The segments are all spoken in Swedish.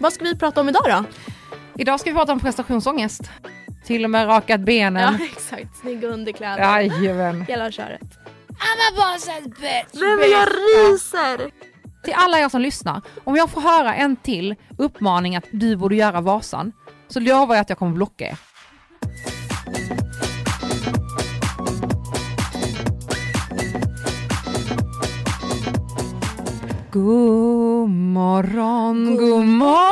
Vad ska vi prata om idag då? Idag ska vi prata om prestationsångest. Till och med rakat benen. Ja, exakt. Snygga underkläder. Jajamän. Hela köret. I'm a boss bitch. Nej, men jag ryser. Till alla er som lyssnar, om jag får höra en till uppmaning att du borde göra Vasan, så lovar jag att jag kommer blocka er. God morgon, god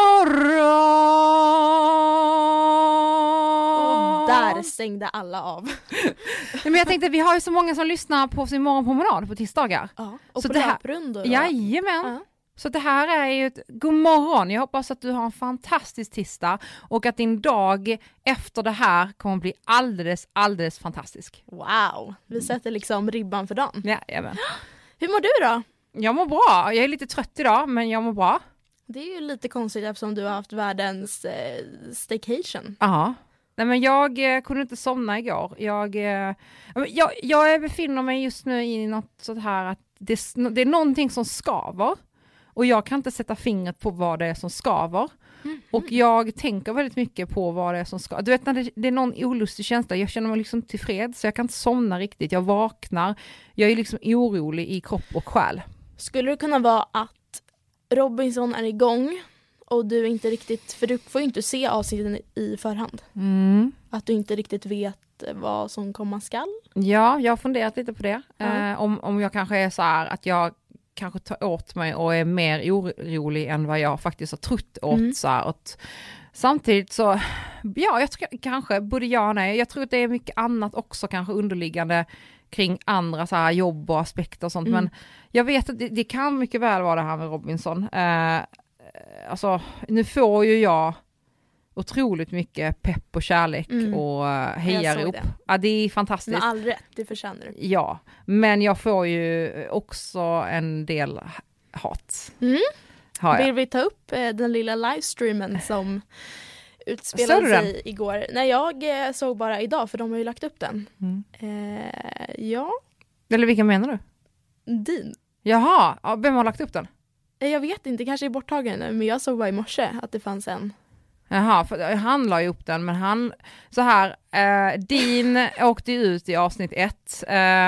morgon. Och där stängde alla av. Men jag tänkte, vi har ju så många som lyssnar på sin morgonpromenad på tisdagar. Ja, och så på det här, löprundor. Jajamän. Ja. Så det här är ju ett god morgon. Jag hoppas att du har en fantastisk tisdag och att din dag efter det här kommer bli alldeles, alldeles fantastisk. Wow, vi sätter liksom ribban för dagen. Jajamän. Hur mår du då? Jag mår bra. Jag är lite trött idag, men jag mår bra. Det är ju lite konstigt eftersom du har haft världens staycation. Ja. Nej, men jag kunde inte somna igår. Jag befinner mig just nu i något sånt här att det är någonting som skaver. Och jag kan inte sätta fingret på vad det är som skaver. Mm. Och jag tänker väldigt mycket på vad det är som skaver. Du vet när det är någon olustig känsla. Jag känner mig liksom tillfreds så jag kan inte somna riktigt. Jag vaknar. Jag är liksom orolig i kropp och själ. Skulle det kunna vara att Robinson är igång och du inte riktigt, för du får ju inte se avsnitten i förhand. Mm. Att du inte riktigt vet vad som komma skall. Ja, jag har funderat lite på det. Om jag kanske är så här att jag kanske tar åt mig och är mer orolig än vad jag faktiskt har trott åt. Så här, samtidigt så, ja, jag tror kanske, både ja och nej. Jag tror att det är mycket annat också kanske underliggande kring andra så här jobb och aspekter och sånt. Men jag vet att det kan mycket väl vara det här med Robinson. Alltså, nu får ju jag otroligt mycket pepp och kärlek och hejarop. Ja, det är fantastiskt. Med all rätt, det förtjänar du. Ja, men jag får ju också en del hat. Vill vi ta upp den lilla livestreamen som utspelade sig igår? Nej, jag såg bara idag för de har ju lagt upp den. Ja. Eller vilka menar du? Din. Jaha, vem har lagt upp den? Jag vet inte, kanske är borttagen nu, men jag såg bara i morse att det fanns en. Jaha, för han la ju upp den, men han, så här, Dean åkte ut i avsnitt 1.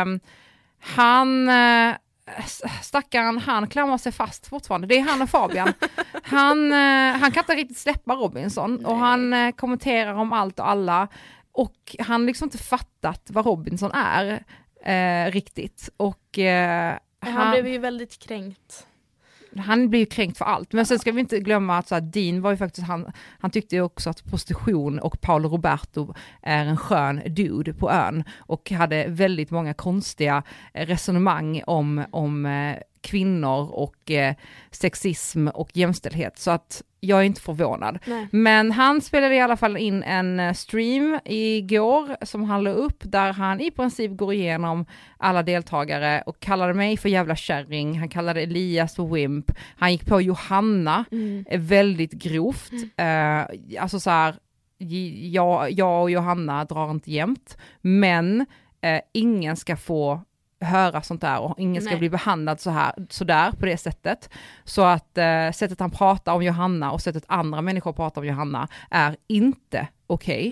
Stackaren, han klamrar sig fast fortfarande. Det är han och Fabian. Han kan inte riktigt släppa Robinson. Nej. Och han kommenterar om allt och alla. Och han liksom inte fattat vad Robinson är riktigt. Och han blev ju väldigt kränkt. Han blir ju kränkt för allt. Men sen ska vi inte glömma att så här, Dean var ju faktiskt, han tyckte ju också att prostitution och Paolo Roberto är en skön dude på ön. Och hade väldigt många konstiga resonemang om kvinnor och sexism och jämställdhet. Så att jag är inte förvånad. Nej. Men han spelade i alla fall in en stream igår som han la upp där han i princip går igenom alla deltagare och kallade mig för jävla kärring. Han kallade Elias för wimp. Han gick på Johanna väldigt grovt. Alltså så här, jag och Johanna drar inte jämt. Men ingen ska få höra sånt där och ingen ska bli behandlad så där på det sättet. Så att sättet han pratar om Johanna och sättet andra människor pratar om Johanna är inte okej.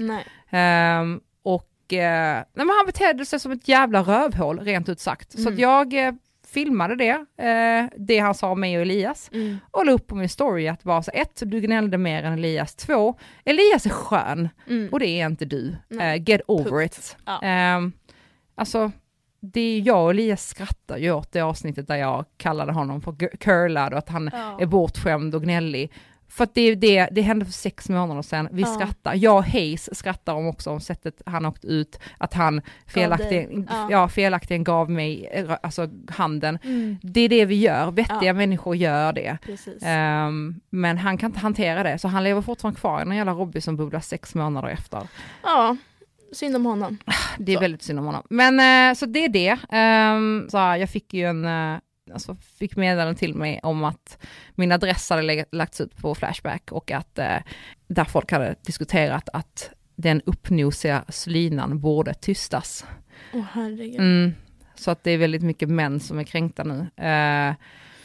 Men han betedde sig som ett jävla rövhål rent ut sagt. Så att jag filmade det han sa om mig och Elias och la upp på min story att bara så 1, du gnällde mer än Elias. 2, Elias är skön och det är inte du. Get over it. Ja. Alltså det är jag och Elias skrattar ju åt det avsnittet där jag kallade honom för curlad och att han är bortskämd och gnällig. För att det hände för 6 månader sedan. Vi skrattar. Jag och Hayes skrattar om sättet han åkt ut. Att han felaktigen gav mig alltså handen. Det är det vi gör. Vettiga människor gör det. Men han kan inte hantera det. Så han lever fortfarande kvar i en jävla Robinson bubbla 6 månader efter. Ja. Synd om honom. Det är väldigt synd om honom. Men så det är det. Så jag fick ju fick meddelanden till mig om att min adress hade lagts ut på Flashback och att där folk hade diskuterat att den uppnosiga slynan borde tystas. Herregud. Så att det är väldigt mycket män som är kränkta nu.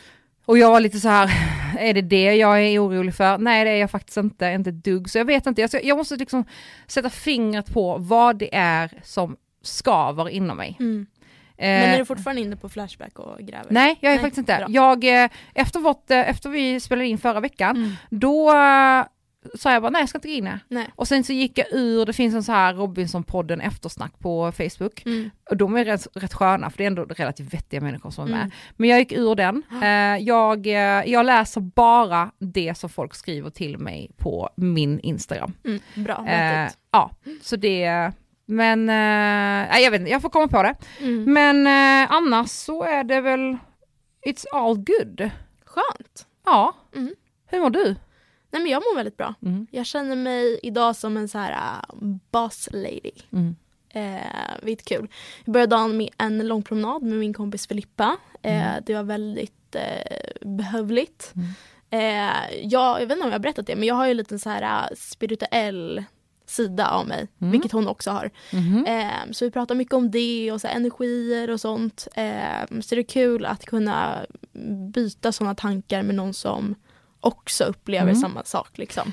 Och jag var lite så här, är det jag är orolig för? Nej, det är jag faktiskt inte ett dugg. Så jag vet inte, jag måste liksom sätta fingret på vad det är som skaver inom mig. Men är du fortfarande inne på Flashback och gräver? Nej, jag är faktiskt inte. Jag, efter vi spelade in förra veckan, då sa jag bara, nej jag ska inte in. Och sen så gick jag ur, det finns en så här Robinson-podden eftersnack på Facebook. Och de är rätt sköna, för det är ändå relativt vettiga människor som är med. Men jag gick ur den. Jag läser bara det som folk skriver till mig på min Instagram. Bra, ja, så det... Men jag vet inte, jag får komma på det. Men annars så är det väl it's all good. Skönt. Ja. Hur mår du? Nej, men jag mår väldigt bra. Jag känner mig idag som en så här boss lady. Vilket kul. Jag började dagen med en lång promenad med min kompis Filippa. Det var väldigt behövligt. Jag vet inte om jag har berättat det, men jag har ju lite så här spirituell sida av mig, vilket hon också har. Så vi pratar mycket om det och så energier och sånt. Så det är kul att kunna byta sådana tankar med någon som också upplever samma sak liksom.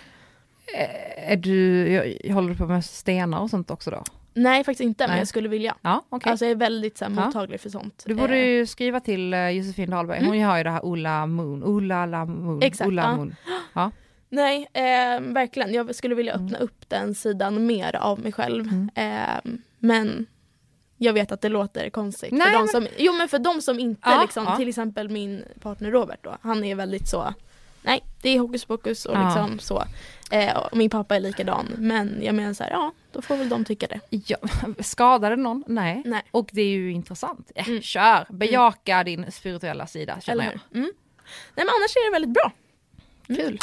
Håller du på med stenar och sånt också då? Nej, faktiskt inte, men jag skulle vilja. Ja, okay. Alltså jag är väldigt så här, mottaglig för sånt. Du borde ju skriva till Josefin Dahlberg. Hon har ju det här Ola Moon. Exakt, Moon. Ja. Nej, verkligen. Jag skulle vilja öppna upp den sidan mer av mig själv. Men jag vet att det låter konstigt. Nej, för de som inte, liksom, till exempel min partner Robert då, han är väldigt så, nej, det är hokus pokus och liksom så. Och min pappa är likadan. Men jag menar så här, då får väl de tycka det. Ja, skadar det någon? Nej. Och det är ju intressant. Kör, bejaka din spirituella sida, känner jag. Nej, men annars är det väldigt bra. Kul.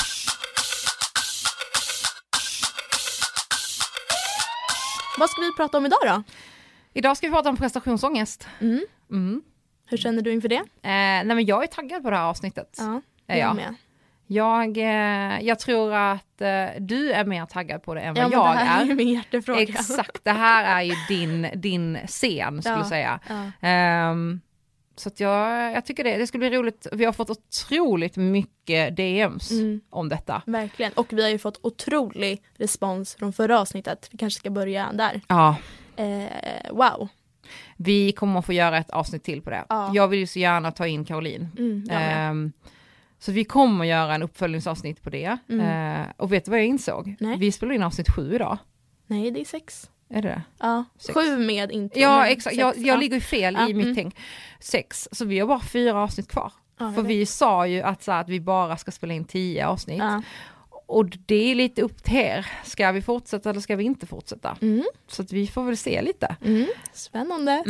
Vad ska vi prata om idag då? Idag ska vi prata om prestationsångest. Hur känner du inför det? Nej, men jag är taggad på det här avsnittet. Ja, jag med. Jag tror att du är mer taggad på det än vad jag är. Det här är min hjärtefråga. Exakt, det här är ju din scen skulle jag säga. Så att jag tycker det skulle bli roligt. Vi har fått otroligt mycket DMs om detta. Verkligen, och vi har ju fått otrolig respons från förra avsnittet. Vi kanske ska börja där. Ja. Wow. Vi kommer att få göra ett avsnitt till på det. Jag vill ju så gärna ta in Caroline. Så vi kommer att göra en uppföljningsavsnitt på det. Och vet du vad jag insåg? Nej. Vi spelar in avsnitt 7 idag. Nej, det är 6. Är det? Ja, 7 med intro. Ja, exakt. Jag ligger ju fel i mitt tänk. 6. Så vi har bara 4 avsnitt kvar. För vi sa ju att vi bara ska spela in 10 avsnitt. Och det är lite upp till er. Ska vi fortsätta eller ska vi inte fortsätta? Så att vi får väl se lite. Spännande.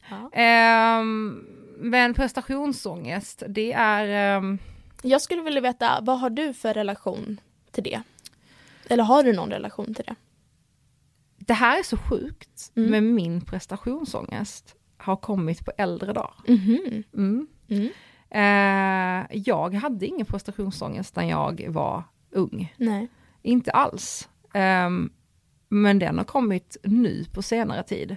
Men prestationsångest, det är... Jag skulle vilja veta, vad har du för relation till det? Eller har du någon relation till det? Det här är så sjukt, men min prestationsångest har kommit på äldre dagar. Jag hade ingen prestationsångest när jag var ung. Nej. Inte alls. Men den har kommit nu på senare tid.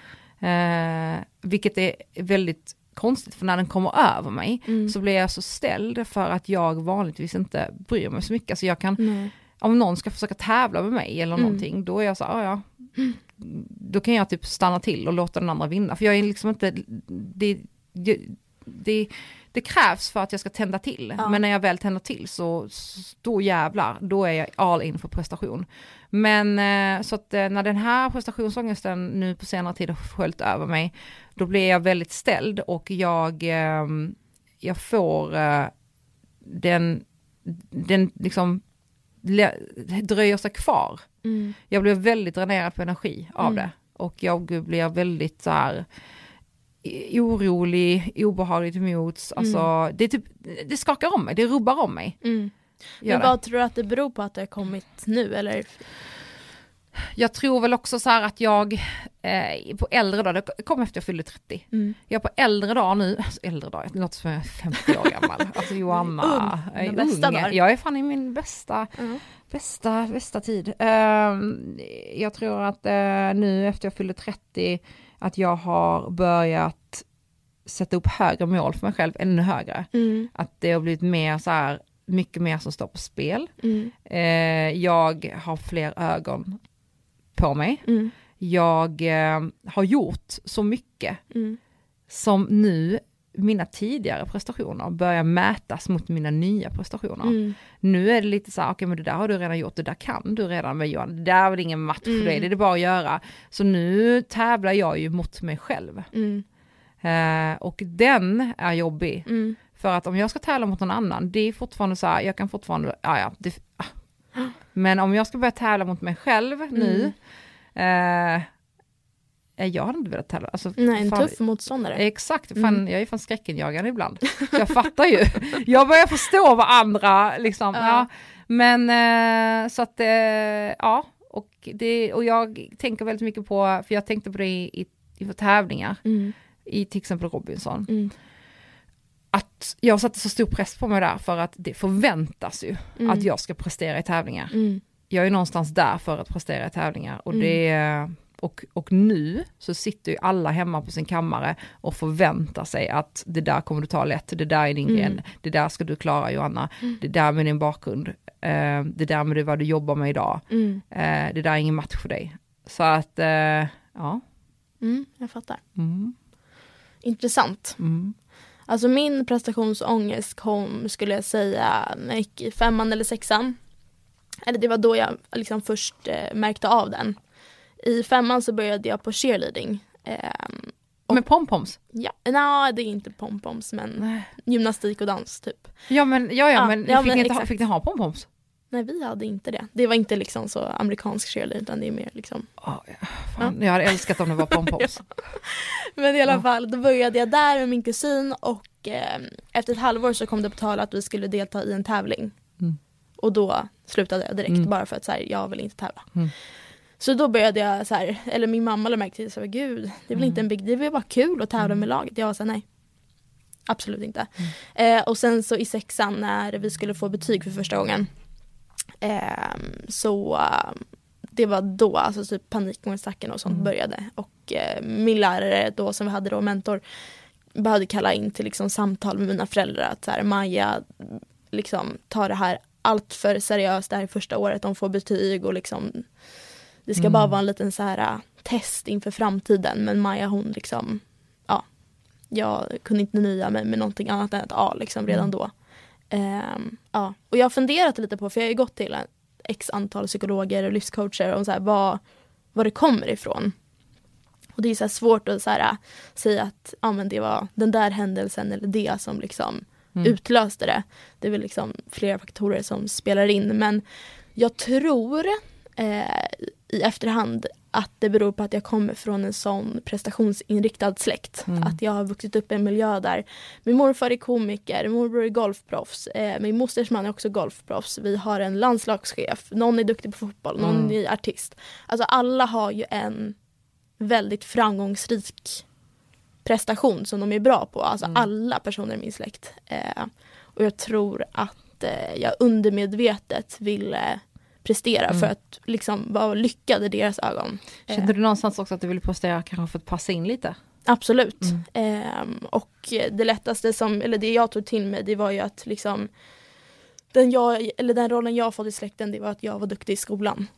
Vilket är väldigt konstigt, för när den kommer över mig så blir jag så ställd för att jag vanligtvis inte bryr mig så mycket. Alltså jag kan, om någon ska försöka tävla med mig eller någonting, då är jag så här, då kan jag typ stanna till och låta den andra vinna. För jag är liksom inte, det krävs för att jag ska tända till. Men när jag väl tänder till så då jävlar, då är jag all in för prestation. Men så att när den här prestationsångesten nu på senare tid har sköljt över mig, då blir jag väldigt ställd och jag får den liksom dröjer sig kvar. Jag blir väldigt dränerad på energi av det. Och jag blir väldigt så här orolig, obehagligt emot. Alltså, det skakar om mig, det rubbar om mig. Men vad tror du att det beror på att det har kommit nu? Eller? Jag tror väl också så här att jag på äldre dag, det kom efter jag fyllde 30. Jag på äldre dag nu, alltså äldre dag, det låter som jag är 50 år gammal. Alltså Joanna, jag är ung. Jag är fan i min bästa tid. Jag tror att nu efter jag fyllde 30 att jag har börjat sätta upp högre mål för mig själv, ännu högre. Att det har blivit mer så här, mycket mer som står på spel. Jag har fler ögon på mig. Jag har gjort så mycket som nu mina tidigare prestationer börjar mätas mot mina nya prestationer. Nu är det lite så här, okej, men det där har du redan gjort, det där kan du redan med Johan. Det där är väl ingen match för dig, det är det bara att göra. Så nu tävlar jag ju mot mig själv. Och den är jobbig. För att om jag ska tävla mot någon annan, det är fortfarande så här, jag kan fortfarande, men om jag ska börja tävla mot mig själv nu, jag hade inte velat tävla. Alltså, nej, en tuff motståndare. Exakt, jag är fan skräckenjagande ibland. Så jag fattar ju. Jag börjar förstå vad andra liksom, men så att, och jag tänker väldigt mycket på, för jag tänkte på det i tävlingar, i till exempel Robinson. Att jag satte så stor press på mig där för att det förväntas ju att jag ska prestera i tävlingar. Jag är någonstans där för att prestera i tävlingar och det och nu så sitter ju alla hemma på sin kammare och förväntar sig att det där kommer du ta lätt, det där är din gren, det där ska du klara, Johanna, det där med din bakgrund, det där med vad du jobbar med idag, det där är ingen match för dig. Så att, jag fattar. Intressant. Alltså min prestationsångest kom, skulle jag säga, när jag gick i 5:an eller 6:an. Eller det var då jag liksom först märkte av den. I 5:an så började jag på cheerleading. Med pompoms? Ja, nej, det är inte pompoms, men gymnastik och dans typ. Men fick ni ha pompoms? Nej, vi hade inte det. Det var inte liksom så amerikansk cheerleading, utan det är mer liksom... Jag hade älskat om det var pompoms. Men i alla fall, då började jag där med min kusin och efter ett halvår så kom det på tal att vi skulle delta i en tävling. Och då slutade jag direkt, bara för att så här, jag vill inte tävla. Så då började jag så här, eller min mamma lade märke till så här, gud, det är väl inte en big deal, det är bara kul att tävla med laget. Jag var så här, nej. Absolut inte. Och sen så i 6:an när vi skulle få betyg för första gången, så det var då alltså typ panikångestacken och sånt började. Och min lärare då, som vi hade då, mentor, behövde kalla in till liksom samtal med mina föräldrar att så här, Maja liksom tar det här allt för seriöst, det här första året, de får betyg och liksom det ska bara vara en liten så här test inför framtiden. Men Maja, hon liksom, jag kunde inte nöja mig med någonting annat än ett A liksom redan då. Och jag har funderat lite på, för jag har ju gått till x antal psykologer och livscoacher och så här, vad det kommer ifrån. Och det är så här svårt att så här, säga att men det var den där händelsen eller det som liksom utlöste det. Det är väl liksom flera faktorer som spelar in. Men jag tror i efterhand att det beror på att jag kommer från en sån prestationsinriktad släkt. Att jag har vuxit upp i en miljö där min morfar är komiker, min morbror är golfproffs, min mosters man är också golfproffs. Vi har en landslagschef, någon är duktig på fotboll, någon är artist. Alltså alla har ju en väldigt framgångsrik prestation som de är bra på. Alltså alla personer i min släkt. Och jag tror att jag undermedvetet ville prestera för att liksom vara lyckad i deras ögon. Kände du någonstans också att du ville prestera kanske för att passa in lite? Absolut. Och det lättaste det jag tog till mig, det var ju att liksom den rollen jag fått i släkten, det var att jag var duktig i skolan.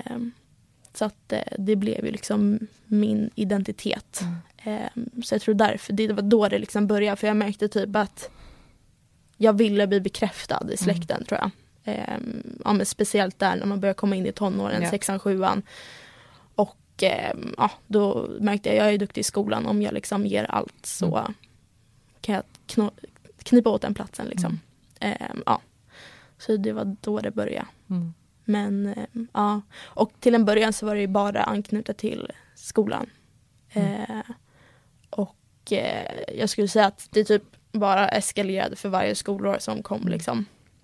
Så att det blev ju liksom min identitet. Så jag tror därför, det var då det liksom började, för jag märkte typ att jag ville bli bekräftad i släkten, tror jag. Men speciellt där när man börjar komma in i tonåren, 6:an, 7:an. Och då märkte jag är duktig i skolan, om jag liksom ger allt så kan jag knipa åt den platsen liksom. Så det var då det började. Men och till en början så var det ju bara anknutet till skolan. Och jag skulle säga att det typ bara eskalerade för varje skolår som kom liksom.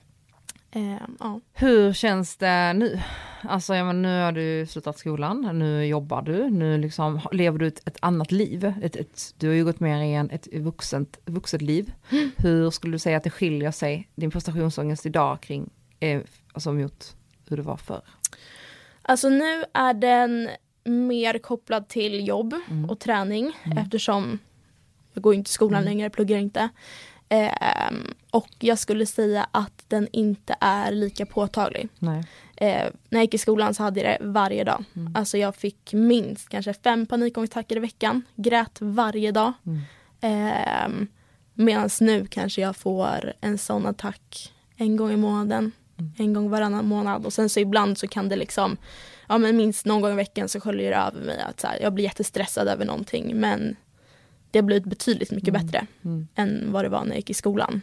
Hur känns det nu? Alltså nu har du slutat skolan, nu jobbar du, nu liksom lever du ett annat liv. Du har ju gått mer i ett vuxet liv. Hur skulle du säga att det skiljer sig, din prestationsångest idag kring alltså mot hur det var förr? Alltså nu är den mer kopplad till jobb och träning, eftersom Jag går inte i skolan längre, pluggar inte. Och jag skulle säga att den inte är lika påtaglig. Nej. När jag gick i skolan så hade jag det varje dag. Alltså jag fick minst kanske 5 panikångestattacker i veckan. Grät varje dag. Medan nu kanske jag får en sån attack en gång i månaden. En gång varannan månad. Och sen så ibland så kan det liksom, ja men minst någon gång i veckan så sköljer det över mig. Att så här, jag blir jättestressad över någonting. Men det har blivit betydligt mycket bättre än vad det var när jag gick i skolan.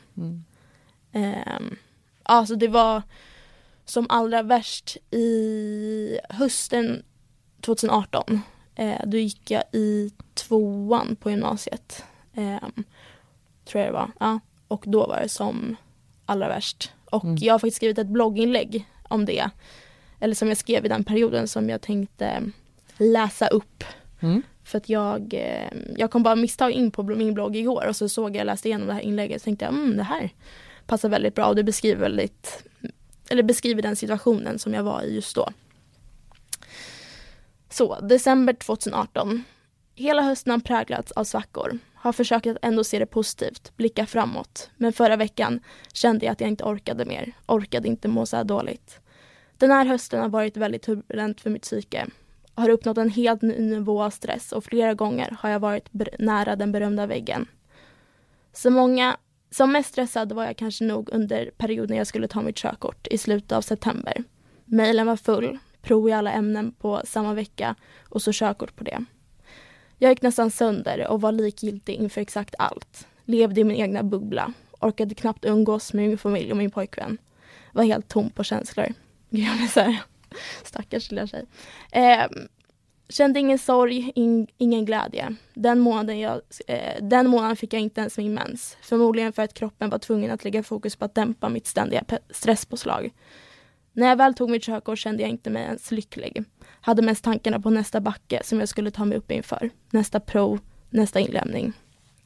Alltså det var som allra värst i hösten 2018. Då gick jag i 2:an på gymnasiet. Tror jag det var. Ja. Och då var det som allra värst. Och jag har faktiskt skrivit ett blogginlägg om det. Eller som jag skrev i den perioden som jag tänkte läsa upp. För att jag kom bara misstag in på min blogg igår. Och så såg jag, läste igenom det här inlägget. Och tänkte jag, det här passar väldigt bra. Och det beskriver den situationen som jag var i just då. Så, december 2018. Hela hösten har präglats av svackor. Har försökt att ändå se det positivt, blicka framåt. Men förra veckan kände jag att jag inte orkade mer. Orkade inte må så här dåligt. Den här hösten har varit väldigt turbulent för mitt psyke. Har uppnått en helt ny nivå av stress och flera gånger har jag varit nära den berömda väggen. Som mest stressad var jag kanske nog under perioden jag skulle ta mitt körkort i slutet av september. Mailen var full, prov i alla ämnen på samma vecka och så körkort på det. Jag gick nästan sönder och var likgiltig inför exakt allt. Levde i min egna bubbla. Orkade knappt umgås med min familj och min pojkvän. Var helt tom på känslor. Jag blev så här, stackars lilla tjej. Kände ingen sorg, ingen glädje. Den månaden fick jag inte ens min mens. Förmodligen för att kroppen var tvungen att lägga fokus på att dämpa mitt ständiga stresspåslag. När jag väl tog mitt körkort kände jag inte mig ens lycklig. Hade mest tankarna på nästa backe som jag skulle ta mig upp inför. Nästa prov, nästa inlämning.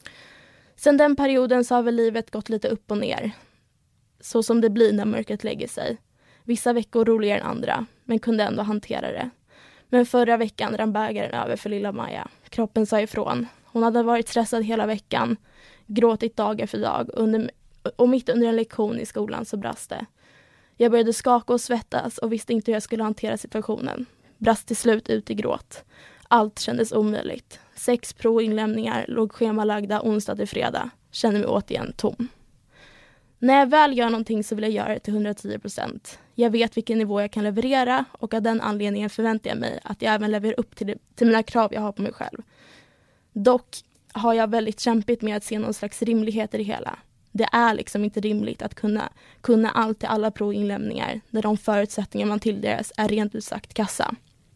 Sen den perioden så har väl livet gått lite upp och ner. Så som det blir när mörkret lägger sig. Vissa veckor roligare än andra, men kunde ändå hantera det. Men förra veckan rann bägaren över för lilla Maja. Kroppen sa ifrån. Hon hade varit stressad hela veckan. Gråtit dag efter dag. Och mitt under en lektion i skolan så brast det. Jag började skaka och svettas och visste inte hur jag skulle hantera situationen. Brast till slut ut i gråt. Allt kändes omöjligt. 6 provinlämningar låg schemalagda onsdag till fredag. Kände mig återigen tom. När jag väl gör någonting så vill jag göra det till 110%. Jag vet vilken nivå jag kan leverera och av den anledningen förväntar jag mig att jag även levererar upp till mina krav jag har på mig själv. Dock har jag väldigt kämpigt med att se någon slags rimlighet i det hela. Det är liksom inte rimligt att kunna allt till alla provinlämningar när de förutsättningar man tilldelas är rent ut sagt kassa.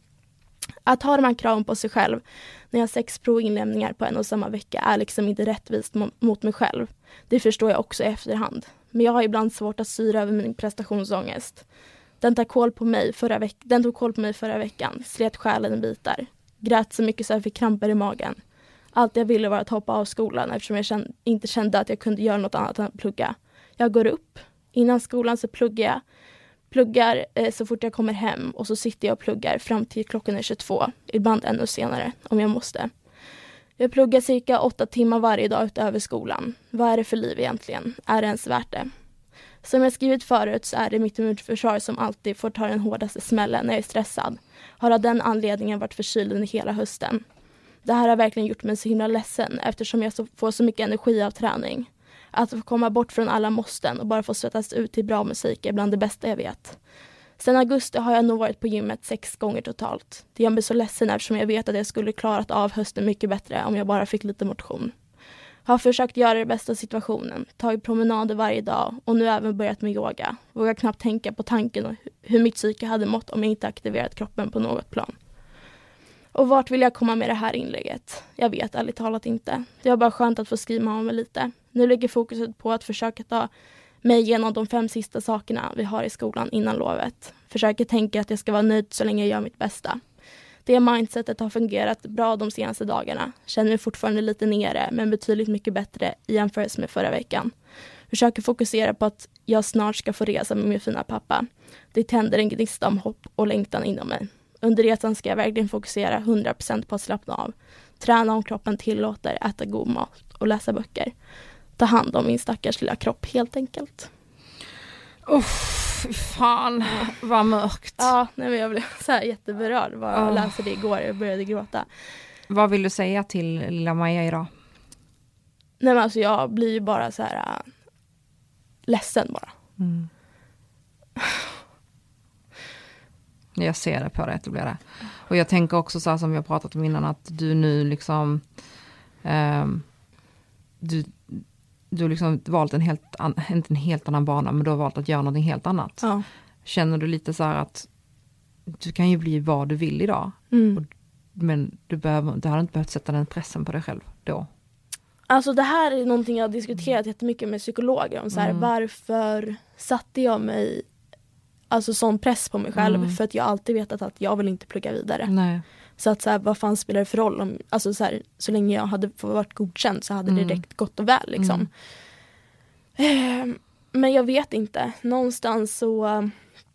Att ha de här kraven på sig själv när jag har 6 provinlämningar på en och samma vecka är liksom inte rättvist mot mig själv. Det förstår jag också i efterhand. Men jag har ibland svårt att styra över min prestationsångest. Den tog koll på mig förra veckan, slet själen i bitar. Grät så mycket så jag fick kramper i magen. Allt jag ville var att hoppa av skolan eftersom jag inte kände att jag kunde göra något annat än att plugga. Jag går upp. Innan skolan så pluggar jag. Pluggar så fort jag kommer hem och så sitter jag och pluggar fram till klockan är 22. Ibland ännu senare om jag måste. Jag pluggar cirka 8 timmar varje dag utöver skolan. Vad är det för liv egentligen? Är det ens värt det? Som jag skrivit förut så är det mitt immunförsvar som alltid får ta den hårdaste smällen när jag är stressad. Har av den anledningen varit förkyld under hela hösten. Det här har verkligen gjort mig så himla ledsen eftersom jag får så mycket energi av träning. Att få komma bort från alla måsten och bara få svettas ut till bra musik är bland det bästa jag vet. Sen augusti har jag nog varit på gymmet 6 gånger totalt. Det gör mig så ledsen eftersom jag vet att jag skulle klarat av hösten mycket bättre om jag bara fick lite motion. Har försökt göra det bästa av situationen, tagit promenader varje dag och nu även börjat med yoga. Vågar knappt tänka på tanken och hur mitt psyke hade mått om jag inte aktiverat kroppen på något plan. Och vart vill jag komma med det här inlägget? Jag vet ärligt talat inte. Det var bara skönt att få skriva om mig lite. Nu ligger fokuset på att försöka ta mig igenom de 5 sista sakerna vi har i skolan innan lovet. Försöker tänka att jag ska vara nöjd så länge jag gör mitt bästa. Det mindsetet har fungerat bra de senaste dagarna. Känner mig fortfarande lite nere men betydligt mycket bättre i jämförelse med förra veckan. Försöker fokusera på att jag snart ska få resa med min fina pappa. Det tänder en gnista om hopp och längtan inom mig. Under resan ska jag verkligen fokusera 100% på att slappna av. Träna om kroppen tillåter, äta god mat och läsa böcker. Ta hand om min stackars lilla kropp helt enkelt. Fan, vad mörkt. Ja, nej, men jag blev så här jätteberörd. Jag läste det igår och började gråta. Vad vill du säga till lilla Maja idag? Nej, men alltså jag blir ju bara så här ledsen bara. Mm. Jag ser det på dig att det blir det. Och jag tänker också så här som vi har pratat om innan, att du nu liksom du har liksom valt inte en helt annan bana, men du har valt att göra något helt annat. Ja. Känner du lite så här att du kan ju bli vad du vill idag, men du har inte behövt sätta den pressen på dig själv då? Alltså det här är någonting jag har diskuterat jättemycket med psykologer om. Så här, varför satte jag mig sån press på mig själv? För att jag alltid vetat att jag vill inte plugga vidare. Nej. Så att så här, vad fan spelar det för roll? Om, alltså så här, så länge jag hade varit godkänd så hade det direkt gått och väl. Liksom. Men jag vet inte. Någonstans så...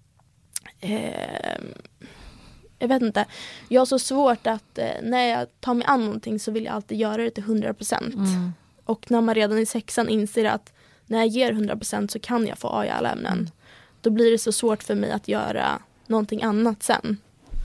jag vet inte. Jag har så svårt att när jag tar mig an någonting så vill jag alltid göra det till 100%. Och när man redan i 6:an inser att när jag ger 100% så kan jag få A i alla ämnen. Då blir det så svårt för mig att göra någonting annat sen.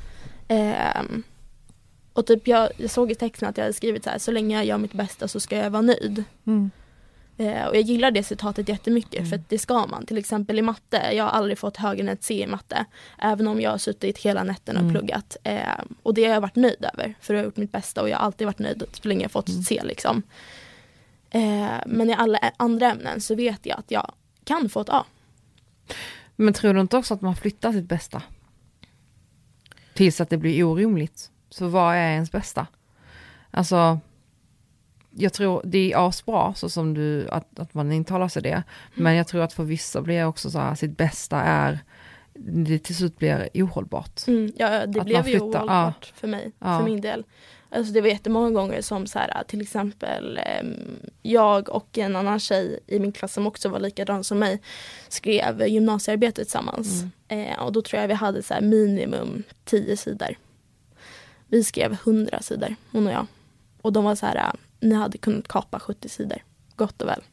Och typ jag såg i texten att jag hade skrivit så länge jag gör mitt bästa så ska jag vara nöjd. Och jag gillar det citatet jättemycket för att det ska man. Till exempel i matte, jag har aldrig fått högre än ett C i matte. Även om jag har suttit hela nätten och pluggat. Och det har jag varit nöjd över, för jag har gjort mitt bästa och jag har alltid varit nöjd så länge jag fått ett C liksom. Men i alla andra ämnen så vet jag att jag kan få ett A. Men tror du inte också att man flyttar sitt bästa? Tills att det blir orimligt. Så vad är ens bästa? Alltså, jag tror det är asbra så som du, att man intalar sig det. Men jag tror att för vissa blir också så här, sitt bästa är, det till slut blir ohållbart. Ja, det blev ju ohållbart för mig, för min del. Alltså det var jättemånga gånger som så här, till exempel jag och en annan tjej i min klass som också var likadan som mig skrev gymnasiearbete tillsammans. Och då tror jag vi hade så här minimum 10 sidor. Vi skrev 100 sidor, hon och jag. Och de var så här, ni hade kunnat kapa 70 sidor, gott och väl.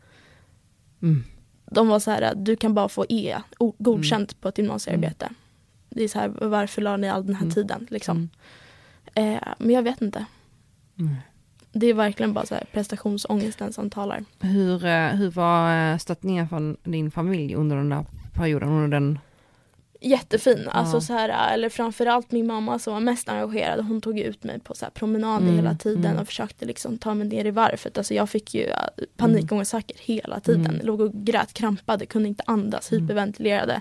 De var så här, du kan bara få E, godkänt på ett gymnasiearbete. Det är så här, varför la ni all den här tiden liksom? Men jag vet inte. Det är verkligen bara så här prestationsångesten som talar. Hur var stöttningen från din familj under den där perioden? Under den... Jättefin. Alltså så här, eller framförallt min mamma som var mest engagerad. Hon tog ut mig på så här promenader hela tiden och försökte liksom ta mig ner i varvet. Alltså jag fick ju panikångestattacker hela tiden. Låg och grät, krampade, kunde inte andas, hyperventilerade.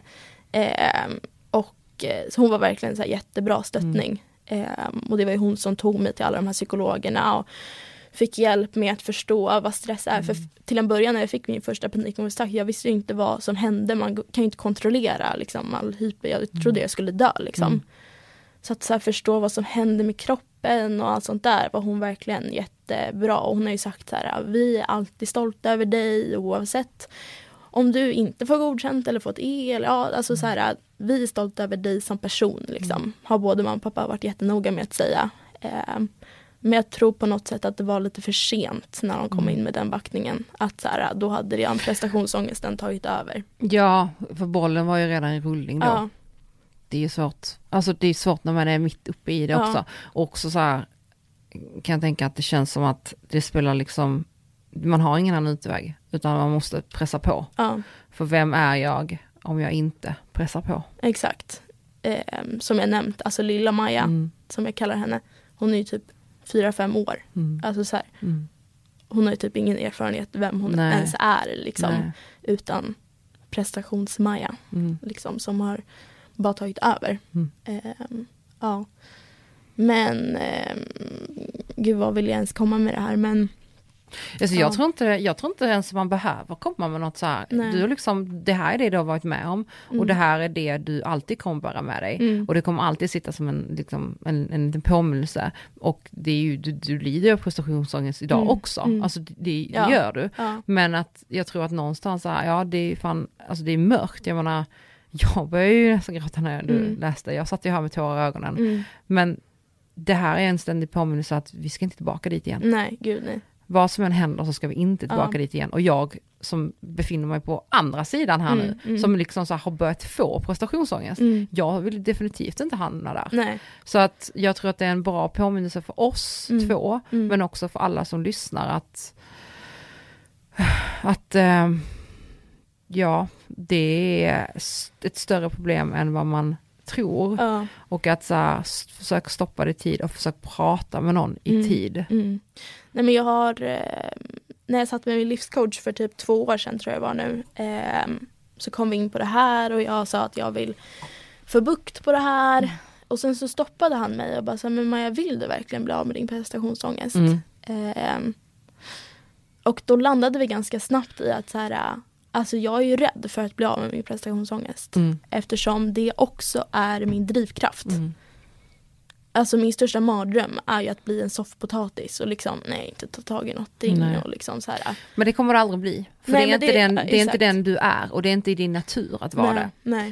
Så hon var verkligen så här jättebra stöttning. Och det var ju hon som tog mig till alla de här psykologerna och fick hjälp med att förstå vad stress är. För till en början när jag fick min första panikångestattack, jag visste ju inte vad som hände. Man kan ju inte kontrollera liksom, all hyper. Jag trodde jag skulle dö. Liksom. Så att så här, förstå vad som hände med kroppen och allt sånt där var hon verkligen jättebra. Och hon har ju sagt så här, vi är alltid stolta över dig oavsett om du inte får godkänt eller får ett E. Eller, alltså så här, vi är stolta över dig som person. Liksom. Har både mamma och pappa varit jättenoga med att säga. Men jag tror på något sätt att det var lite för sent när de kom in med den backningen. Att så här, då hade redan prestationsångesten tagit över. Ja, för bollen var ju redan i rullning då. Ja. Det är ju svårt. Alltså det är svårt när man är mitt uppe i det också. Och också så här kan jag tänka att det känns som att det spelar liksom, man har ingen annan utväg. Utan man måste pressa på. Ja. För vem är jag om jag inte pressar på? Exakt. Som jag nämnt, alltså lilla Maja, som jag kallar henne. Hon är ju typ 4-5 år. Alltså så här, hon har ju typ ingen erfarenhet vem hon ens är liksom, utan prestationsmaja liksom, som har bara tagit över. Ja. Men gud, vad vill jag ens komma med det här? Men alltså, jag tror inte ens man behöver komma med något så här. Du liksom, det här är det du har varit med om och det här är det du alltid kommer bära med dig och det kommer alltid sitta som en liten påminnelse och det är ju, du lider av prestationsångest idag också. Alltså det gör du. Men att jag tror att någonstans så här, det är fan, alltså det är mörkt. Jag menar, jag började ju nästan gråta när du läste. Jag satt ju här med tårar i ögonen. Men det här är en ständig påminnelse att vi ska inte tillbaka dit igen. Nej, gud nej. Vad som än händer så ska vi inte tillbaka dit igen. Och jag som befinner mig på andra sidan här nu, som liksom så här har börjat få prestationsångest. Jag vill definitivt inte hamna där. Nej. Så att jag tror att det är en bra påminnelse för oss två, men också för alla som lyssnar att det är ett större problem än vad man tror. Och att så här, försöka stoppa det i tid och försöka prata med någon i tid. Nej, men jag har när jag satt med min livscoach för typ 2 år sedan tror jag var nu, så kom vi in på det här och jag sa att jag vill få bukt på det här. Och sen så stoppade han mig och bara sa, men Maja, vill du verkligen bli av med din prestationsångest? Och då landade vi ganska snabbt i att så här, alltså jag är ju rädd för att bli av med min prestationsångest. Eftersom det också är min drivkraft. Alltså min största mardröm är ju att bli en soffpotatis och liksom, inte ta tag i någonting. Och liksom så här. Men det kommer det aldrig bli. För nej, det är inte den du är och det är inte i din natur att vara det. Nej.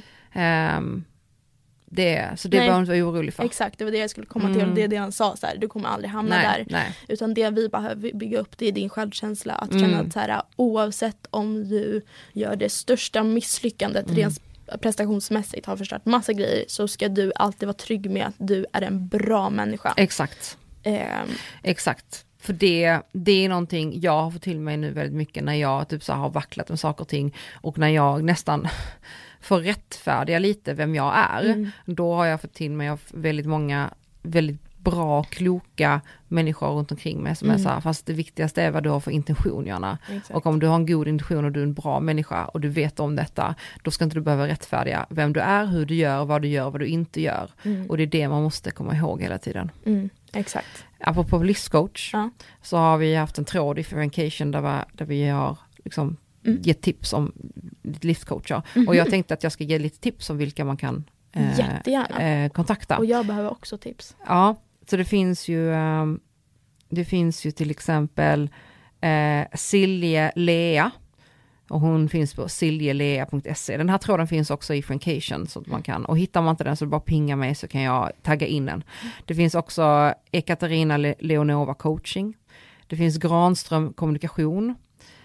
Så det behöver du inte vara orolig för. Exakt, det var det jag skulle komma till och det är det han sa så här, du kommer aldrig hamna där. Nej. Utan det vi behöver bygga upp, det är din självkänsla. Att känna att så här, oavsett om du gör det största misslyckandet rent prestationsmässigt, har förstört massa grejer, så ska du alltid vara trygg med att du är en bra människa. Exakt. Exakt. För det är någonting jag har fått till mig nu väldigt mycket när jag typ så har vacklat med saker och ting och när jag nästan får rättfärdiga lite vem jag är, då har jag fått till mig av väldigt många väldigt bra, kloka människor runt omkring mig som är så här, fast det viktigaste är vad du har för intention, Jonna. Och om du har en god intention och du är en bra människa och du vet om detta, då ska inte du behöva rättfärdiga vem du är, hur du gör, vad du inte gör. Och det är det man måste komma ihåg hela tiden. Exakt. Apropå livscoach så har vi haft en tråd i Differentiation där vi har liksom gett tips om livscoacher. Och jag tänkte att jag ska ge lite tips om vilka man kan kontakta. Och jag behöver också tips. Ja, så det finns ju till exempel Silje Lea, och hon finns på siljelea.se. Den här tråden finns också i Differentiation så att man kan, och hittar man inte den så bara pinga mig så kan jag tagga in den. Det finns också Ekaterina Leonova coaching. Det finns Granström kommunikation.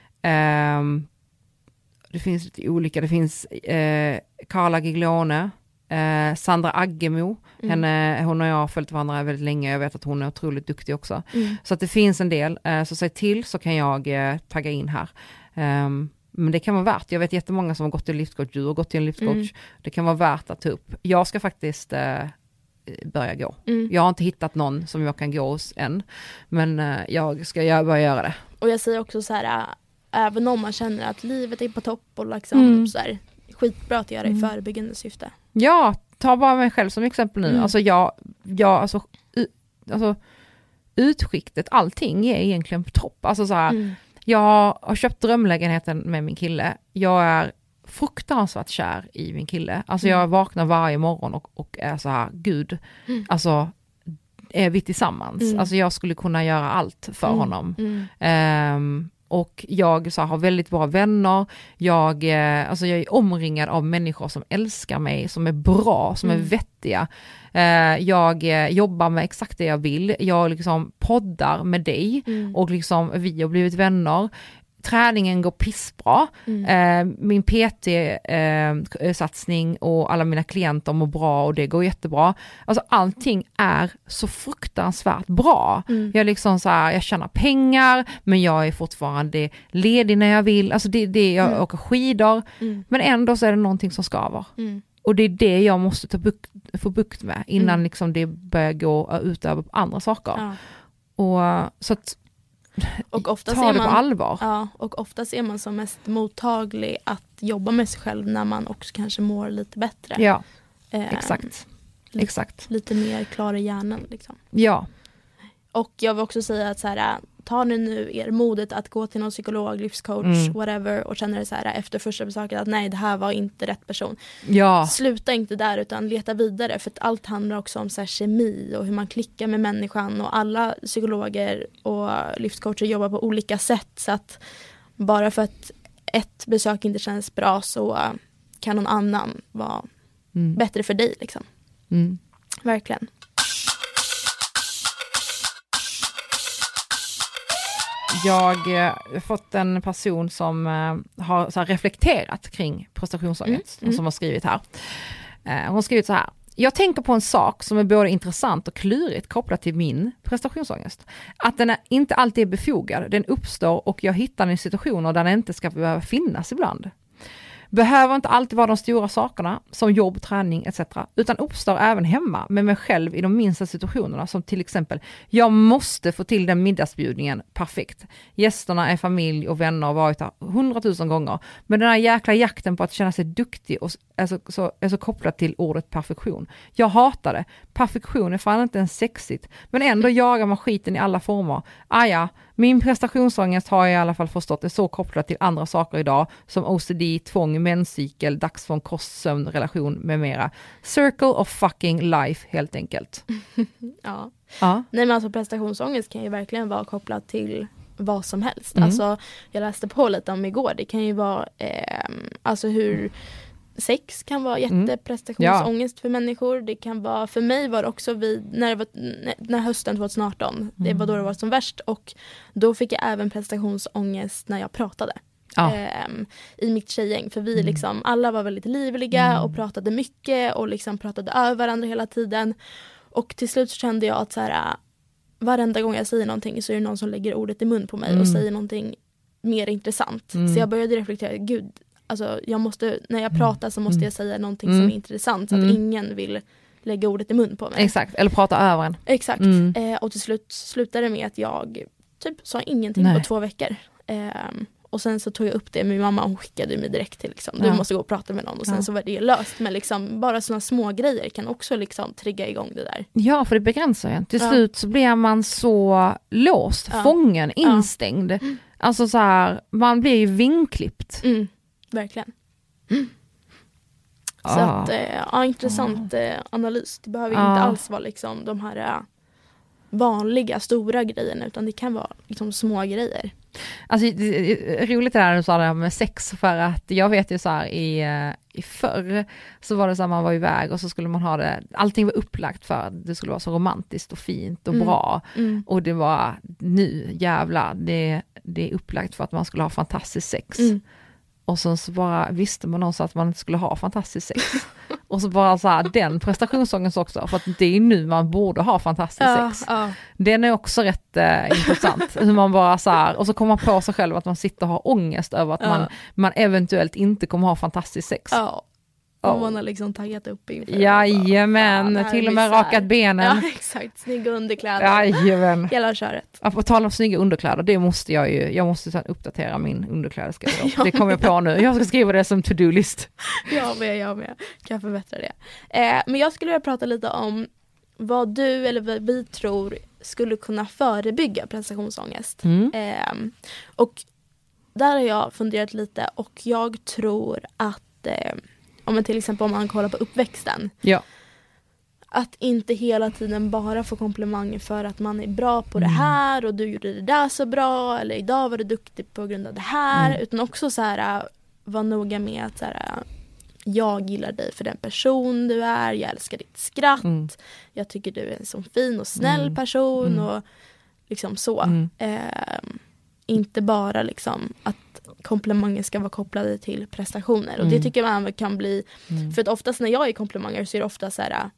Det finns lite olika. Det finns Carla Giglone, Sandra Aggemo. Hon och jag har följt varandra väldigt länge. Jag vet att hon är otroligt duktig också. Så att det finns en del. Så säg till så kan jag tagga in här. Men det kan vara värt. Jag vet jättemånga som har gått till en livscoach. Du har gått till en livscoach. Det kan vara värt att ta upp. Jag ska faktiskt börja gå. Jag har inte hittat någon som jag kan gå hos än. Men jag ska börja göra det. Och jag säger också så här, även om man känner att livet är på topp och liksom så här, skitbra att göra i förebyggande syfte. Ja, ta bara mig själv som exempel nu. Alltså utskiktet, allting är egentligen på topp. Alltså så här, jag har köpt drömlägenheten med min kille. Jag är fruktansvärt kär i min kille. Alltså jag vaknar varje morgon och är så här, gud, alltså är vi tillsammans? Alltså jag skulle kunna göra allt för honom. Och jag så har väldigt bra vänner. Jag är omringad av människor som älskar mig, som är bra, som är vettiga. Jag jobbar med exakt det jag vill. Jag liksom poddar med dig och liksom vi har blivit vänner. Träningen går pissbra. Min PT-satsning och alla mina klienter mår bra och det går jättebra. Alltså allting är så fruktansvärt bra. Jag liksom så här, jag tjänar pengar men jag är fortfarande ledig när jag vill. Alltså jag åker skidor. Men ändå så är det någonting som skaver. Och det är det jag måste få bukt med innan liksom det börjar gå ut över andra saker. Och så att och ofta ta det på allvar. Ja, och oftast är man som mest mottaglig att jobba med sig själv när man också kanske mår lite bättre. Ja, exakt. Lite mer klar i hjärnan liksom. Ja. Och jag vill också säga att så här, tar ni nu er modet att gå till någon psykolog, livscoach, whatever, och känner det så här efter första besöket att nej, det här var inte rätt person. Ja. Sluta inte där utan leta vidare, för att allt handlar också om så här kemi och hur man klickar med människan, och alla psykologer och livscoacher jobbar på olika sätt, så att bara för att ett besök inte känns bra så kan någon annan vara bättre för dig liksom. Verkligen. Jag har fått en person som har så här reflekterat kring prestationsångest som har skrivit här. Hon har skrivit så här: jag tänker på en sak som är både intressant och klurigt kopplat till min prestationsångest. Att den inte alltid är befogad. Den uppstår och jag hittar den i situationer där den inte ska behöva finnas ibland. Behöver inte alltid vara de stora sakerna som jobb, träning etc. utan uppstår även hemma med mig själv i de minsta situationerna, som till exempel jag måste få till den middagsbjudningen perfekt. Gästerna är familj och vänner och varit där 100 000 gånger. Men den här jäkla jakten på att känna sig duktig och är så kopplat till ordet perfektion. Jag hatar det. Perfektion är fan inte ens sexigt. Men ändå jagar man skiten i alla former. Ja, min prestationsångest har jag i alla fall förstått är så kopplat till andra saker idag som OCD, tvång, menscykel, dagsform, kost, sömn, relation med mera. Circle of fucking life helt enkelt. Ja. Nej, men alltså prestationsångest kan ju verkligen vara kopplat till vad som helst. Alltså jag läste på lite om igår. Det kan ju vara alltså hur sex kan vara jätteprestationsångest för människor. Det kan vara, för mig var det också när hösten 2018, det var då det var som värst, och då fick jag även prestationsångest när jag pratade. I mitt tjejgäng, för vi liksom, alla var väldigt livliga och pratade mycket och liksom pratade över varandra hela tiden, och till slut så kände jag att så här, varenda gång jag säger någonting så är det någon som lägger ordet i mun på mig och säger någonting mer intressant. Så jag började reflektera, gud, alltså när jag pratar så måste jag säga någonting som är intressant så att ingen vill lägga ordet i mun på mig. Exakt, eller prata över en. Exakt, och till slut slutade det med att jag typ sa ingenting på 2 veckor. Och sen så tog jag upp det med min mamma, hon skickade mig direkt till liksom, du måste gå och prata med någon, och sen så var det löst. Men liksom, bara sådana små grejer kan också liksom trigga igång det där. Ja, för det begränsar ju. Till slut så blir man så låst, fången, instängd. Alltså så här, man blir ju vinklippt. Verkligen. Så att, intressant analys. Det behöver inte alls vara liksom de här vanliga, stora grejerna, utan det kan vara liksom små grejer. Alltså det är roligt det där du sa det med sex, för att jag vet ju så här i förr så var det så att man var iväg och så skulle man ha det, allting var upplagt för att det skulle vara så romantiskt och fint och bra, och det var nu jävla det är upplagt för att man skulle ha fantastiskt sex. Och så bara visste man också att man skulle ha fantastiskt sex. Och så bara så här, den prestationsångest också. För att det är nu man borde ha fantastiskt sex. Den är också rätt intressant. Hur man bara så här, och så kommer man på sig själv att man sitter och har ångest över att man eventuellt inte kommer ha fantastiskt sex. Och man har liksom taggat upp inför. Jajamän, till och med rakat benen. Ja, exakt. Snygga underkläder. Jajamän. Hela köret. På tal om snygga underkläder, det måste jag måste uppdatera min underklädesgarderob. Det kommer jag på nu. Jag ska skriva det som to-do-list. Jag med. Kan förbättra det. Men jag skulle vilja prata lite om vad du eller vad vi tror skulle kunna förebygga prestationsångest. Och där har jag funderat lite, och jag tror att till exempel om man kollar på uppväxten. Att inte hela tiden bara få komplimanger för att man är bra på det här och du gjorde det där så bra, eller idag var du duktig på grund av det här, utan också så här, vara noga med att så här, jag gillar dig för den person du är, jag älskar ditt skratt, jag tycker du är en sån fin och snäll person och liksom så. Inte bara liksom att komplimanger ska vara kopplade till prestationer. Och det tycker man kan bli, för att oftast när jag är komplimanger så är det ofta så här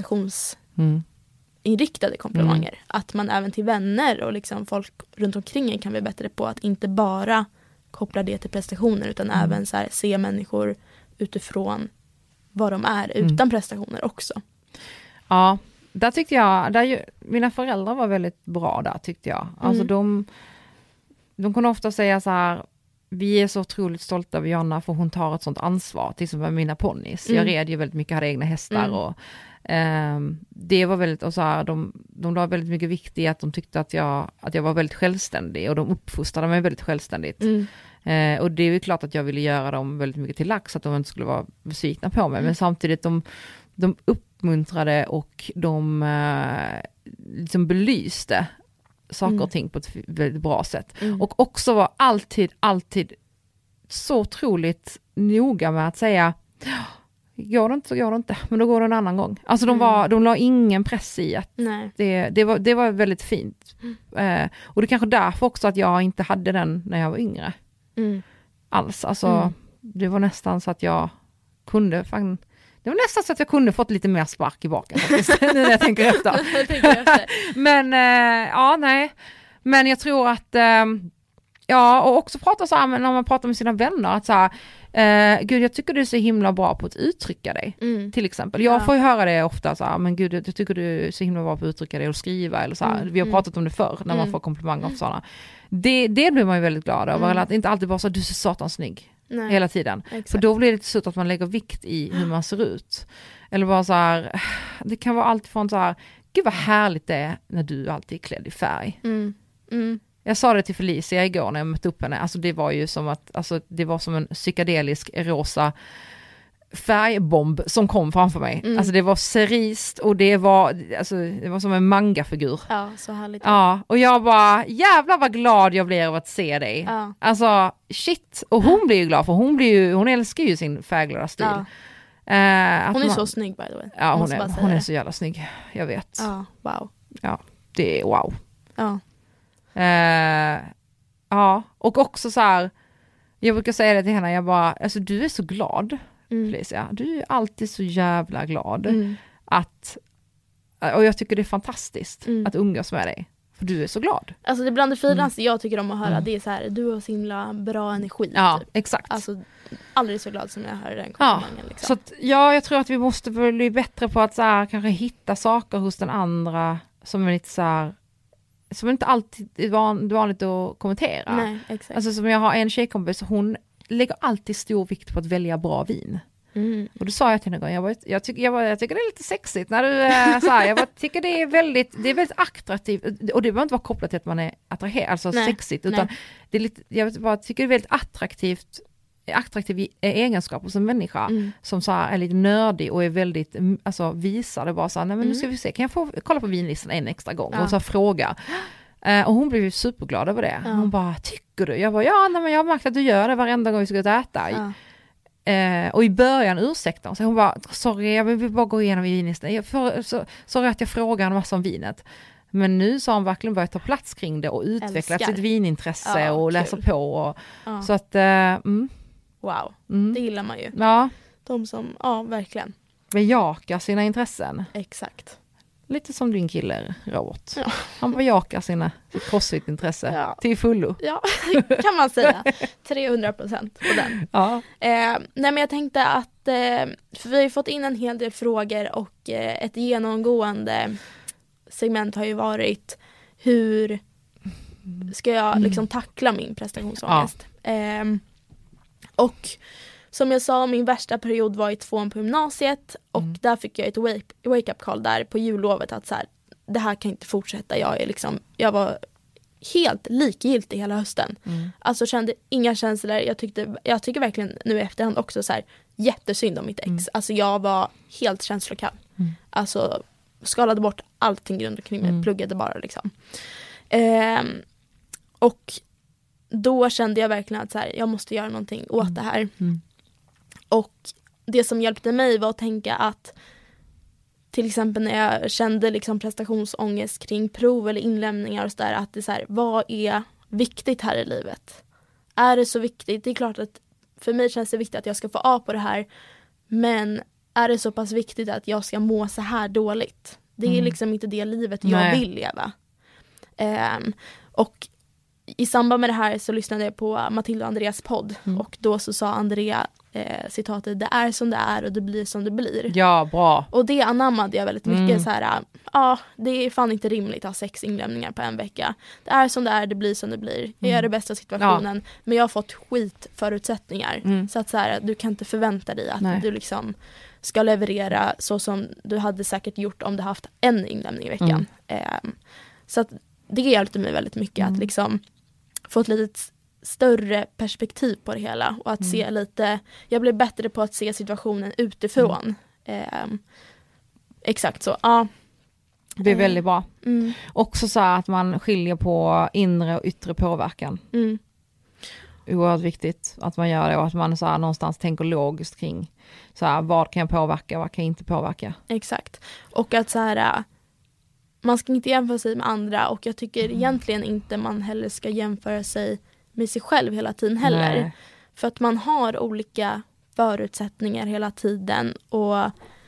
prestationsinriktade komplimanger. Att man även till vänner och liksom folk runt omkring kan bli bättre på att inte bara koppla det till prestationer, utan även så här, se människor utifrån vad de är utan prestationer också. Ja, där tyckte jag, mina föräldrar var väldigt bra där tyckte jag. Alltså de kunde ofta säga så här: vi är så otroligt stolta över Jonna för hon tar ett sånt ansvar, till exempel med mina ponnys. Jag red ju väldigt mycket, hade egna hästar och det var väldigt, och så här, de la väldigt mycket vikt i att de tyckte att jag var väldigt självständig, och de uppfostrade mig väldigt självständigt. Och det är ju klart att jag ville göra dem väldigt mycket till lax, så att de inte skulle vara besvikna på mig, men samtidigt de uppmuntrade och de liksom belyste saker och ting på ett väldigt bra sätt. Och också var alltid så otroligt noga med att säga, Går det inte så går det inte, men då går det en annan gång. Alltså de la ingen press i att det var väldigt fint. Och det är kanske därför också att jag inte hade den när jag var yngre. Alls, alltså det var nästan så att jag kunde fått lite mer spark i baken faktiskt, nu när jag tänker efter. Men nej. Men jag tror att och också prata så här, men när man pratar med sina vänner att så här, gud jag tycker du är så himla bra på att uttrycka dig till exempel. Jag får ju höra det ofta så här, men gud jag tycker du är så himla bra på att uttrycka dig och skriva eller så här. Vi har pratat om det förr när man får komplimanger och sådana. Det blir man ju väldigt glad över, att inte alltid bara så du är så satans snygg hela tiden. Exakt. För då blir det till slut att man lägger vikt i hur man ser ut. Eller bara så här, det kan vara allt från så här, gud vad härligt det är när du alltid är klädd i färg. Jag sa det till Felicia igår när jag mötte upp henne. Alltså det var ju som att, alltså det var som en psykedelisk rosa färgbomb som kom framför mig. Alltså det var cerist och det var som en mangafigur. Ja, så härligt. Ja, och jag bara, jävlar vad glad jag blir av att se dig. Ja. Alltså, shit. Och hon blir ju glad för hon älskar ju sin färgglada stil. Ja. Hon är så snygg by the way. Ja, hon är så jävla snygg. Jag vet. Ja, wow. Ja, det är wow. Ja. Ja, och också så här, jag brukar säga det till henne, jag bara, alltså du är så glad, Felicia. Du är alltid så jävla glad och jag tycker det är fantastiskt att umgås med dig, för du är så glad. Alltså det är bland det finaste jag tycker om att höra, det är så här, du har så himla bra energi. Ja, typ. exakt. Alltså aldrig så glad som jag hör den komplimangen. Liksom. Så att, jag tror att vi måste bli bättre på att så här, kanske hitta saker hos den andra som är lite så här, som inte alltid är vanligt att kommentera. Nej, exakt. Alltså som jag har en tjejkompis, hon lägger alltid stor vikt på att välja bra vin. Och då sa jag till henne en gång, jag tycker det är lite sexigt när du så här, jag tycker det är väldigt attraktivt, och det behöver inte vara kopplat till att man är attraherad, alltså sexigt, utan det är lite, jag tycker det är väldigt attraktiv egenskaper som människa som så här är lite nördig och är väldigt, alltså visar det bara så här, nej men nu ska vi se, kan jag få kolla på vinlistan en extra gång och så fråga. Och hon blev ju superglad över det. Hon bara, tycker du? Jag bara, men jag har märkt att du gör det varenda gång vi ska ut och äta. Och i början ursäktade hon. Så hon bara, sorry, jag vill bara gå igenom vinlistan. Sorry att jag frågar en massa om vinet. Men nu så har hon verkligen börjat ta plats kring det och utvecklat sitt vinintresse och läsa på. Och, så att, wow, det gillar man ju. Ja. De som, verkligen. Bejakar sina intressen. Exakt. Lite som din kille, Robert. Ja. Han bejakar sitt crossfit-intresse till fullo. Ja, kan man säga. 300% på den. Ja. Nej, men jag tänkte att för vi har ju fått in en hel del frågor och ett genomgående segment har ju varit hur ska jag liksom tackla min prestationsångest. Och som jag sa, min värsta period var i 2:an på gymnasiet och där fick jag ett wake-up call där på jullovet att så här, det här kan inte fortsätta. Jag var helt likgiltig hela hösten. Alltså kände inga känslor. Jag tycker verkligen nu i efterhand också så här, jättesynd om mitt ex. Alltså jag var helt känslokall. Alltså skalade bort allting runt omkring mig, pluggade bara liksom. Och då kände jag verkligen att så här, jag måste göra någonting åt det här. Och det som hjälpte mig var att tänka att till exempel när jag kände liksom prestationsångest kring prov eller inlämningar och sådär, att det är så här, vad är viktigt här i livet? Är det så viktigt? Det är klart att för mig känns det viktigt att jag ska få A på det här, men är det så pass viktigt att jag ska må så här dåligt? Det är liksom inte det livet jag vill leva. Och i samband med det här så lyssnade jag på Matilda och Andreas podd och då så sa Andrea citatet, det är som det är och det blir som det blir. Ja, bra. Och det anammade jag väldigt mycket så här, det är fan inte rimligt att ha 6 inlämningar på en vecka. Det är som det är, det blir som det blir. Jag gör det bästa situationen, men jag har fått skitförutsättningar. Så att så här, du kan inte förvänta dig att du liksom ska leverera så som du hade säkert gjort om du haft en inlämning i veckan. Så att det hjälpte mig väldigt mycket att liksom få ett litet större perspektiv på det hela och att se lite, jag blev bättre på att se situationen utifrån. Exakt så, det är väldigt bra. Också så att man skiljer på inre och yttre påverkan. oerhört viktigt att man gör det och att man så här någonstans tänker logiskt kring så här, vad kan jag påverka, vad kan jag inte påverka. Exakt. Och att så här, man ska inte jämföra sig med andra och jag tycker egentligen inte man heller ska jämföra sig med sig själv hela tiden heller. Nej. För att man har olika förutsättningar hela tiden och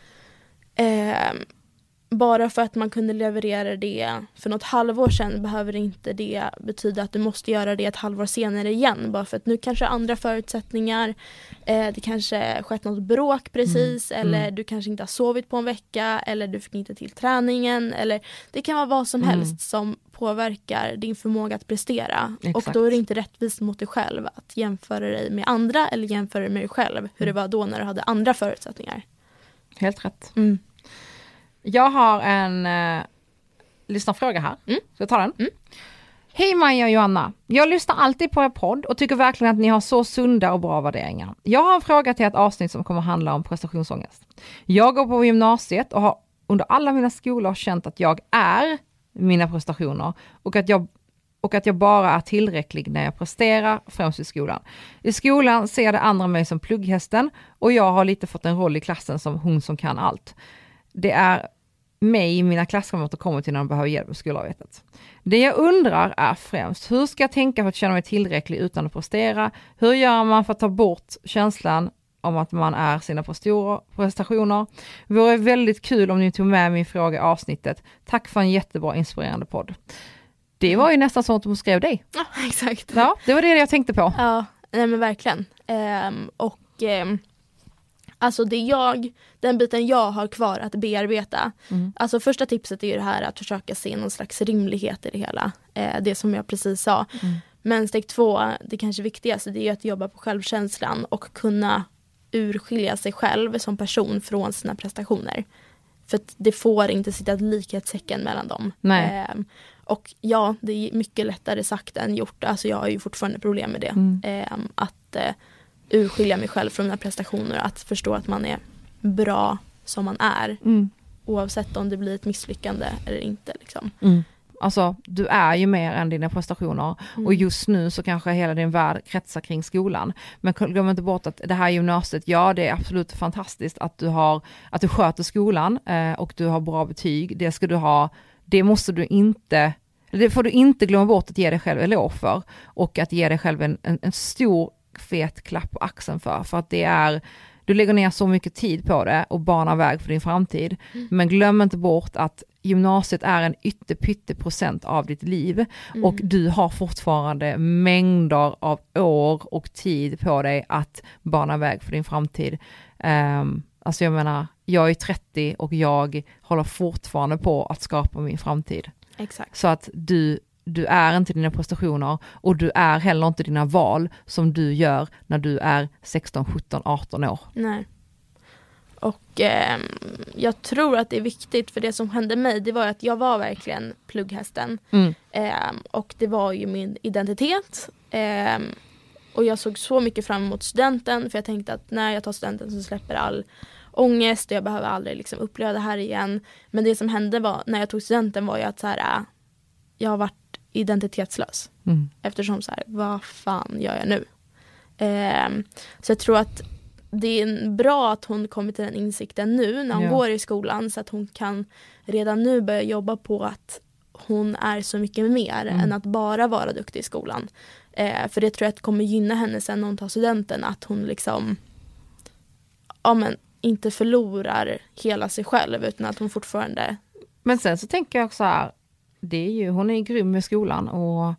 bara för att man kunde leverera det för något halvår sedan behöver inte det betyda att du måste göra det ett halvår senare igen. Bara för att nu kanske andra förutsättningar, det kanske skett något bråk precis eller du kanske inte har sovit på en vecka eller du fick inte till träningen eller det kan vara vad som helst som påverkar din förmåga att prestera. Exakt. Och då är det inte rättvist mot dig själv att jämföra dig med andra eller jämföra dig med dig själv hur det var då när du hade andra förutsättningar. Helt rätt. Jag har en lyssnarfråga här. Så jag tar den. Hej Maja och Joanna. Jag lyssnar alltid på er podd och tycker verkligen att ni har så sunda och bra värderingar. Jag har en fråga till ett avsnitt som kommer handla om prestationsångest. Jag går på gymnasiet och har under alla mina skolor känt att jag är mina prestationer och att jag bara är tillräcklig när jag presterar, främst i skolan. I skolan ser det andra mig som plugghästen och jag har lite fått en roll i klassen som hon som kan allt. Det är mig mina klasskamrater kommer till när de behöver hjälp med skolarbetet. Det jag undrar är främst, hur ska jag tänka för att känna mig tillräcklig utan att prestera? Hur gör man för att ta bort känslan om att man är sina prestationer? Det vore väldigt kul om ni tog med min fråga i avsnittet. Tack för en jättebra inspirerande podd. Det var ju nästan så att hon skrev dig. Ja, exakt. Ja, det var det jag tänkte på. Ja, nej men verkligen. Alltså den biten jag har kvar att bearbeta. Alltså första tipset är ju det här att försöka se någon slags rimlighet i det hela. Det som jag precis sa. Men steg 2, det kanske viktigaste, det är ju att jobba på självkänslan och kunna urskilja sig själv som person från sina prestationer. För att det får inte sitta ett likhetstecken mellan dem. Nej. Och ja, det är mycket lättare sagt än gjort. Alltså jag har ju fortfarande problem med det. Att urskilja mig själv från mina prestationer. Att förstå att man är bra som man är. Oavsett om det blir ett misslyckande eller inte. Liksom. Alltså, du är ju mer än dina prestationer. Och just nu så kanske hela din värld kretsar kring skolan. Men glöm inte bort att det här gymnasiet, ja det är absolut fantastiskt att du sköter skolan och du har bra betyg. Det ska du ha. Det måste du inte, det får du inte glömma bort att ge dig själv eloge för. Och att ge dig själv en stor fet klapp på axeln för att det är, du lägger ner så mycket tid på det och banar väg för din framtid. Men glöm inte bort att gymnasiet är en ytterpytte% av ditt liv och du har fortfarande mängder av år och tid på dig att bana väg för din framtid. Alltså jag menar, jag är 30 och jag håller fortfarande på att skapa min framtid. Exakt. Så att du är inte dina prestationer och du är heller inte dina val som du gör när du är 16, 17, 18 år. Nej. Och jag tror att det är viktigt, för det som hände mig, det var att jag var verkligen plugghästen. Och det var ju min identitet. Och jag såg så mycket fram emot studenten, för jag tänkte att när jag tar studenten så släpper all ångest och jag behöver aldrig liksom uppleva det här igen. Men det som hände var, när jag tog studenten, var ju att så här, jag har varit identitetslös. Eftersom så här, vad fan gör jag nu? Så jag tror att det är bra att hon kommer till den insikten nu när hon går i skolan, så att hon kan redan nu börja jobba på att hon är så mycket mer än att bara vara duktig i skolan. För det tror jag att kommer gynna henne sen när hon tar studenten, att hon liksom inte förlorar hela sig själv, utan att hon fortfarande... Men sen så tänker jag också här, hon är ju grym med skolan och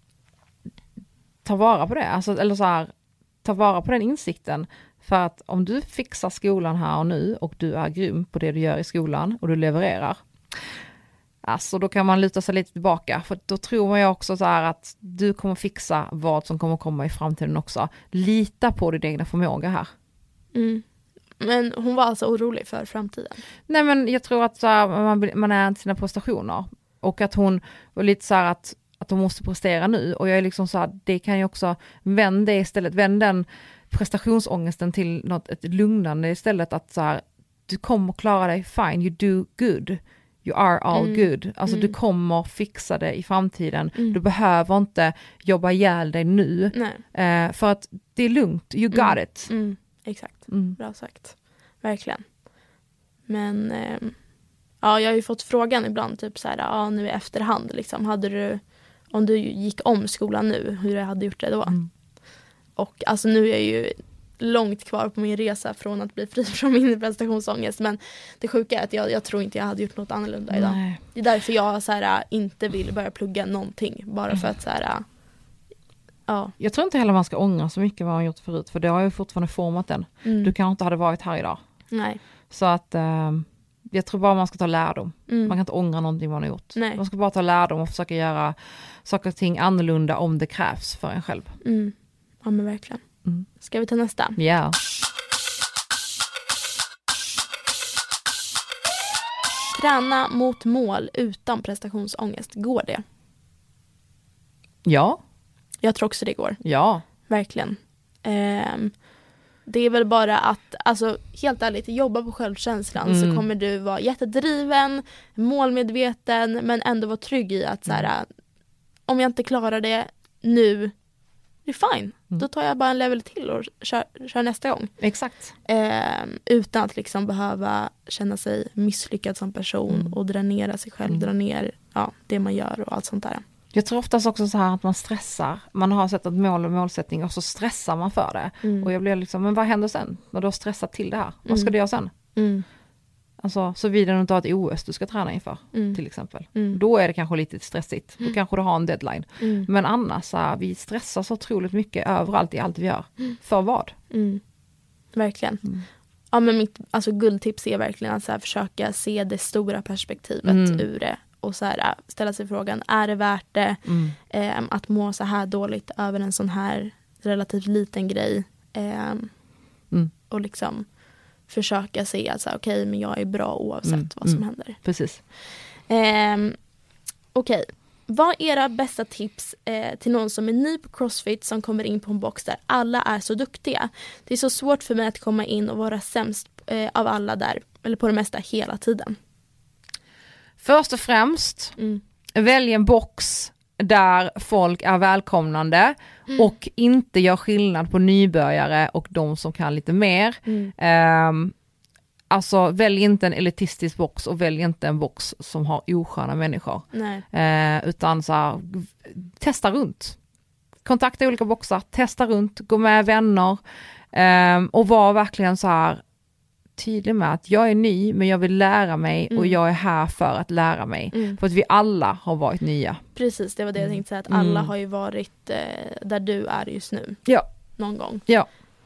ta vara på det. Alltså, eller så här, ta vara på den insikten. För att om du fixar skolan här och nu och du är grym på det du gör i skolan och du levererar, alltså då kan man luta sig lite tillbaka. För då tror jag också så här att du kommer fixa vad som kommer komma i framtiden också. Lita på din egna förmåga här. Men hon var alltså orolig för framtiden? Nej, men jag tror att så här, man är inte sina prestationer. Och att hon var lite så här att hon måste prestera nu. Och jag är liksom så här, det kan ju också vända den prestationsångesten till ett lugnande istället, att så här, du kommer klara dig fine, you do good. you are all good. Alltså du kommer fixa det i framtiden. Du behöver inte jobba ihjäl dig nu. För att det är lugnt. You got it. Exakt. Bra sagt. Verkligen. Men jag har ju fått frågan ibland typ så här, nu i efterhand liksom, hade du, om du gick om skolan nu, hur jag hade gjort det då? Och alltså nu är jag ju långt kvar på min resa från att bli fri från min prestationsångest, men det sjuka är att jag tror inte jag hade gjort något annorlunda idag. Nej. Det är därför jag så här, inte vill börja plugga någonting, bara för att så här, Jag tror inte heller man ska ångra så mycket vad man gjort förut, för det har ju fortfarande format den. Du kanske inte hade varit här idag. Nej. Så att jag tror bara man ska ta lärdom. Man kan inte ångra någonting man har gjort. Nej. Man ska bara ta lärdom och försöka göra saker och ting annorlunda om det krävs för en själv. Ja men verkligen. Ska vi ta nästa? Ja. Träna mot mål utan prestationsångest. Går det? Ja. Jag tror också det går. Ja. Verkligen. Det är väl bara att, alltså helt ärligt, jobba på självkänslan så kommer du vara jättedriven, målmedveten, men ändå vara trygg i att så här, om jag inte klarar det nu, det är fine. Då tar jag bara en level till och kör nästa gång. Exakt. Utan att liksom behöva känna sig misslyckad som person och dränera sig själv, dra ner det man gör och allt sånt där. Jag tror oftast också så här att man stressar. Man har sett ett mål och målsättning och så stressar man för det. Och jag blir liksom, men vad händer sen? När du har stressat till det här? Vad ska du göra sen? Alltså, så vidare du inte har ett OS du ska träna inför, till exempel. Då är det kanske lite stressigt. Då kanske du har en deadline. Men annars, vi stressar så otroligt mycket överallt i allt vi gör. För vad? Verkligen. Ja, men mitt guldtips är verkligen att så här, försöka se det stora perspektivet ur det. Och så här, ställa sig frågan, är det värt det att må så här dåligt över en sån här relativt liten grej? Och liksom försöka se att okej, men jag är bra oavsett vad som händer. Precis. Okej. Vad är era bästa tips till någon som är ny på CrossFit som kommer in på en box där alla är så duktiga? Det är så svårt för mig att komma in och vara sämst av alla där, eller på det mesta hela tiden. Först och främst, välj en box där folk är välkomnande och inte gör skillnad på nybörjare och de som kan lite mer. Alltså välj inte en elitistisk box och välj inte en box som har osköna människor. Utan så här, testa runt. Kontakta olika boxar, testa runt, gå med vänner och var verkligen så här tydlig med att jag är ny men jag vill lära mig och jag är här för att lära mig. För att vi alla har varit nya. Precis, det var det jag tänkte säga, att alla har ju varit där du är just nu. Ja. Någon gång. Ja.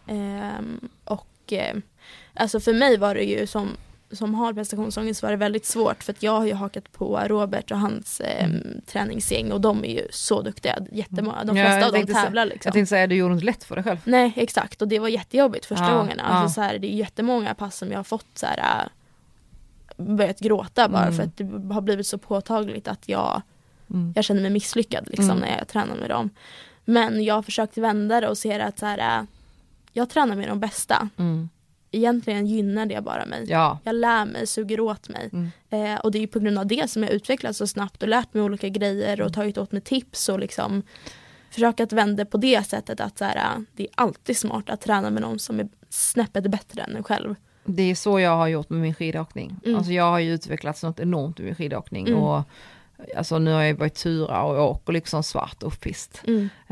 Alltså för mig var det ju som har prestationsångest var det väldigt svårt, för att jag har ju hakat på Robert och hans träningsgäng och de är ju så duktiga, jättemånga. De flesta av dem tävlar liksom. Jag tänkte säga att du gjorde inte lätt för dig själv. Nej, exakt, och det var jättejobbigt första gångerna. Alltså, så här, det är jättemånga pass som jag har fått så här, börjat gråta bara för att det har blivit så påtagligt att jag känner mig misslyckad liksom, när jag tränar med dem. Men jag har försökt vända det och se att så här, jag tränar med de bästa. Egentligen gynnar det bara mig. Ja. Jag lär mig, suger åt mig. Och det är ju på grund av det som jag utvecklats så snabbt och lärt mig olika grejer och tagit åt mig tips och liksom försöka att vända på det sättet att så här, det är alltid smart att träna med någon som är snäppet bättre än en själv. Det är så jag har gjort med min skidåkning. Alltså jag har ju utvecklats något enormt med min skidåkning och alltså nu har jag börjat tura och jag åker liksom svart uppist.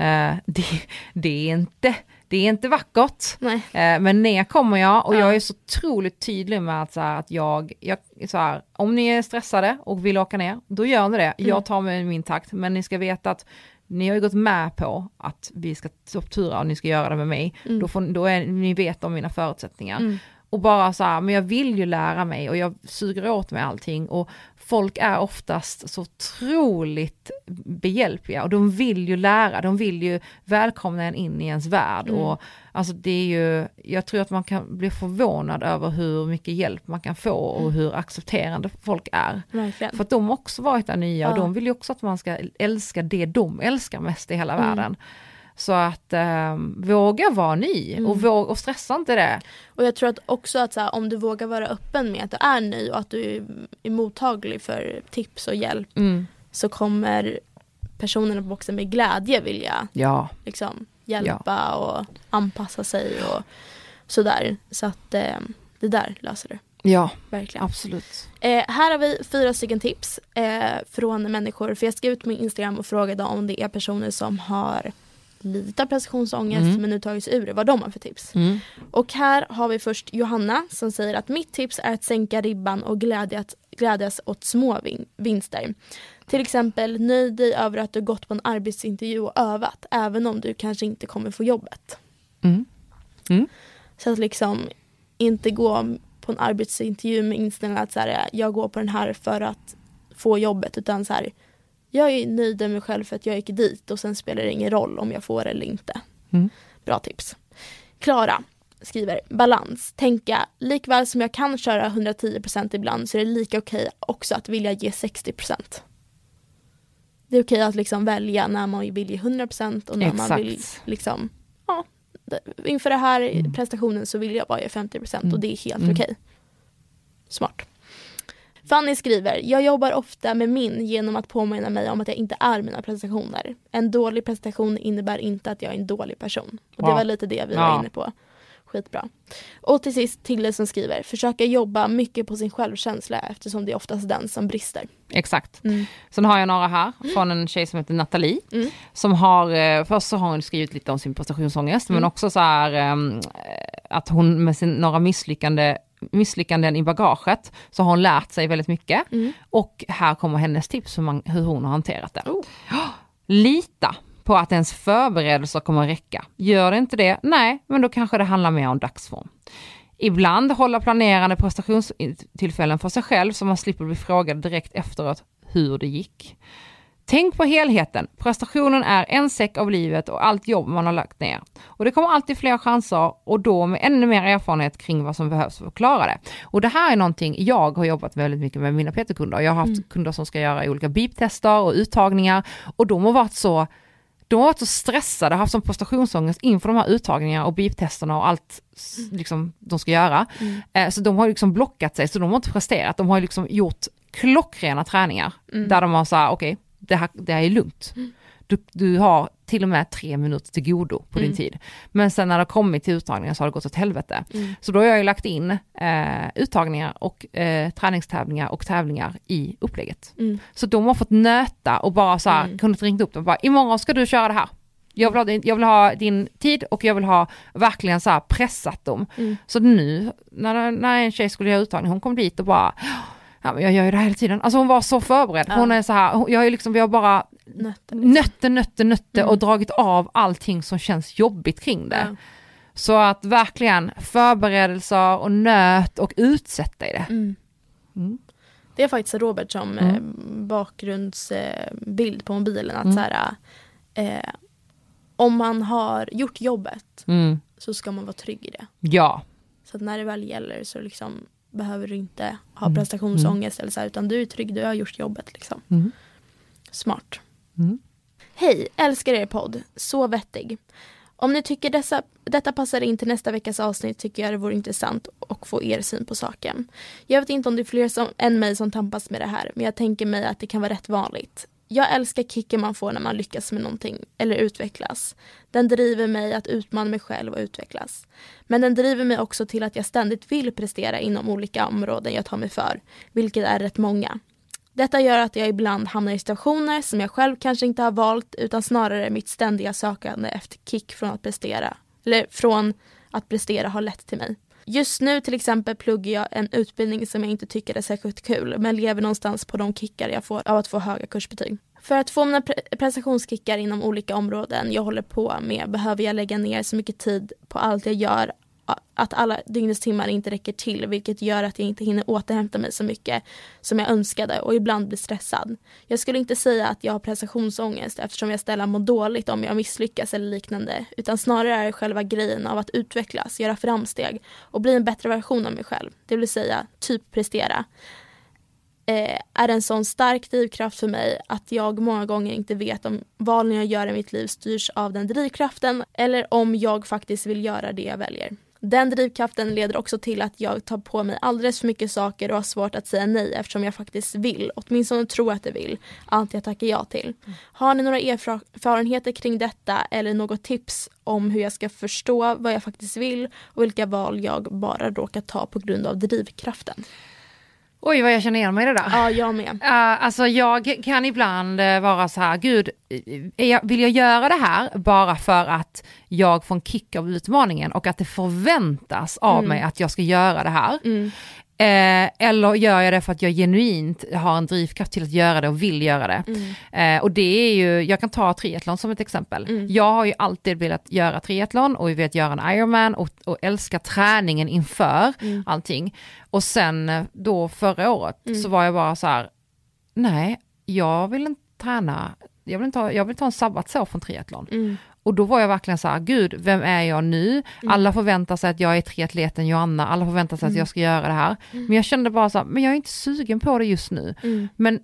Det är inte vackert. Men ner kommer jag och jag är så otroligt tydlig med att, så här, att jag så här, om ni är stressade och vill åka ner, då gör ni det. Jag tar med min takt, men ni ska veta att ni har ju gått med på att vi ska topptura och ni ska göra det med mig. Då är ni vet om mina förutsättningar. Och bara så här, men jag vill ju lära mig och jag suger åt mig allting och folk är oftast så otroligt behjälpliga och de vill ju lära, de vill ju välkomna en in i ens värld och alltså det är ju, jag tror att man kan bli förvånad över hur mycket hjälp man kan få och hur accepterande folk är. Verkligen. För att de också varit där nya och de vill ju också att man ska älska det de älskar mest i hela världen. Så att våga vara ny och stressa inte det. Och jag tror att också att så här, om du vågar vara öppen med att du är ny och att du är mottaglig för tips och hjälp så kommer personerna på boxen med glädje vilja liksom, hjälpa och anpassa sig och sådär. Så att det där löser du. Ja, verkligen. Absolut. Här har vi 4 stycken tips från människor. För jag skrev ut på min Instagram och frågade om det är personer som har lite prestationsångest men nu tagit sig ur det, vad de har för tips. Och här har vi först Johanna som säger att mitt tips är att sänka ribban och glädjas åt små vinster. Till exempel, nöj dig över att du gått på en arbetsintervju och övat, även om du kanske inte kommer få jobbet. Så att liksom inte gå på en arbetsintervju med inställningen att så här, jag går på den här för att få jobbet, utan så här, jag är nöjd med mig själv för att jag gick dit och sen spelar det ingen roll om jag får eller inte. Bra tips. Klara skriver, balans. Tänka, likväl som jag kan köra 110% ibland så är det lika okej också att vilja ge 60%. Det är okej att liksom välja när man vill ge 100% och när man vill liksom, inför det här prestationen så vill jag bara ge 50% och det är helt okej. Smart. Fanny skriver, jag jobbar ofta med genom att påminna mig om att jag inte är mina prestationer. En dålig prestation innebär inte att jag är en dålig person. Och det var lite det vi var inne på. Skitbra. Och till sist Tille som skriver, försöka jobba mycket på sin självkänsla eftersom det är oftast den som brister. Exakt. Sen har jag några här från en tjej som heter Nathalie som har, först så har hon skrivit lite om sin prestationsångest men också så här att hon med några misslyckanden i bagaget så har hon lärt sig väldigt mycket och här kommer hennes tips hur hon har hanterat det. Lita på att ens förberedelser kommer att räcka. Gör det inte det? Nej, men då kanske det handlar mer om dagsform. Ibland hålla planerade prestationstillfällen för sig själv så man slipper bli frågad direkt efteråt hur det gick. Tänk på helheten. Prestationen är en säck av livet och allt jobb man har lagt ner. Och det kommer alltid fler chanser och då med ännu mer erfarenhet kring vad som behövs för att klara det. Och det här är någonting jag har jobbat väldigt mycket med mina PT-kunder. Jag har haft kunder som ska göra olika BIP-tester och uttagningar och de har varit så stressade, haft som prestationsångest inför de här uttagningarna och BIP-testerna och allt liksom, de ska göra. Så de har liksom blockat sig, så de har inte presterat. De har liksom gjort klockrena träningar där de har sagt, okej, det här är lugnt. Du har till och med 3 minuter till godo på din tid. Men sen när det har kommit till uttagningar så har det gått åt helvete. Så då har jag ju lagt in uttagningar och träningstävlingar och tävlingar i upplägget. Så de har fått nöta och bara så här, kunnat ringa upp dem och bara, imorgon ska du köra det här. Jag vill ha din tid och jag vill ha verkligen så här pressat dem. Så nu när en tjej skulle göra uttagning, hon kom dit och bara, ja, men jag gör ju det här hela tiden. Alltså hon var så förberedd. Hon är så här, vi har bara nötter och dragit av allting som känns jobbigt kring det. Så att verkligen förberedelser och nöt och utsätta i det. Det är faktiskt Robert som bakgrundsbild på mobilen att så här, om man har gjort jobbet så ska man vara trygg i det. Ja. Så att när det väl gäller så liksom behöver du inte ha prestationsångest eller så här, utan du är trygg, du har gjort jobbet liksom. Smart. Hej, älskar er podd. Så vettig. Om ni tycker detta passar in till nästa veckas avsnitt tycker jag det vore intressant att få er syn på saken. Jag vet inte om det är fler än mig som tampas med det här, men jag tänker mig att det kan vara rätt vanligt. Jag älskar kicken man får när man lyckas med någonting eller utvecklas. Den driver mig att utmana mig själv och utvecklas. Men den driver mig också till att jag ständigt vill prestera inom olika områden jag tar mig för, vilket är rätt många. Detta gör att jag ibland hamnar i situationer som jag själv kanske inte har valt utan snarare mitt ständiga sökande efter kick från att prestera har lett till mig. Just nu till exempel pluggar jag en utbildning som jag inte tycker är särskilt kul men lever någonstans på de kickar jag får av att få höga kursbetyg. För att få mina prestationskickar inom olika områden jag håller på med behöver jag lägga ner så mycket tid på allt jag gör att alla dygnets timmar inte räcker till, vilket gör att jag inte hinner återhämta mig så mycket som jag önskade och ibland blir stressad. Jag skulle inte säga att jag har prestationsångest eftersom jag ställer mår dåligt om jag misslyckas eller liknande, utan snarare är det själva grejen av att utvecklas, göra framsteg och bli en bättre version av mig själv, det vill säga typ prestera. är en sån stark drivkraft för mig att jag många gånger inte vet om valen jag gör i mitt liv styrs av den drivkraften eller om jag faktiskt vill göra det jag väljer. Den drivkraften leder också till att jag tar på mig alldeles för mycket saker och har svårt att säga nej eftersom jag faktiskt vill, åtminstone tror att jag vill, allt jag tackar ja till. Har ni några erfarenheter kring detta eller något tips om hur jag ska förstå vad jag faktiskt vill och vilka val jag bara råkar ta på grund av drivkraften? Oj, vad jag känner igen mig i det där. Ja, jag med. Alltså jag kan ibland vara så här, gud, vill jag göra det här bara för att jag får en kick av utmaningen och att det förväntas av mig att jag ska göra det här? Eller gör jag det för att jag genuint har en drivkraft till att göra det och vill göra det? Och det är ju, jag kan ta triathlon som ett exempel. Jag har ju alltid velat göra triathlon och velat göra en Ironman och älskar träningen inför allting. Och sen då förra året så var jag bara så här, nej, jag vill inte träna, jag vill ta en sabbatsår från triathlon. Och då var jag verkligen så här, gud, vem är jag nu? Alla förväntar sig att jag är triatleten Joanna. Alla förväntar sig att jag ska göra det här. Men jag kände bara så här, men jag är inte sugen på det just nu. Men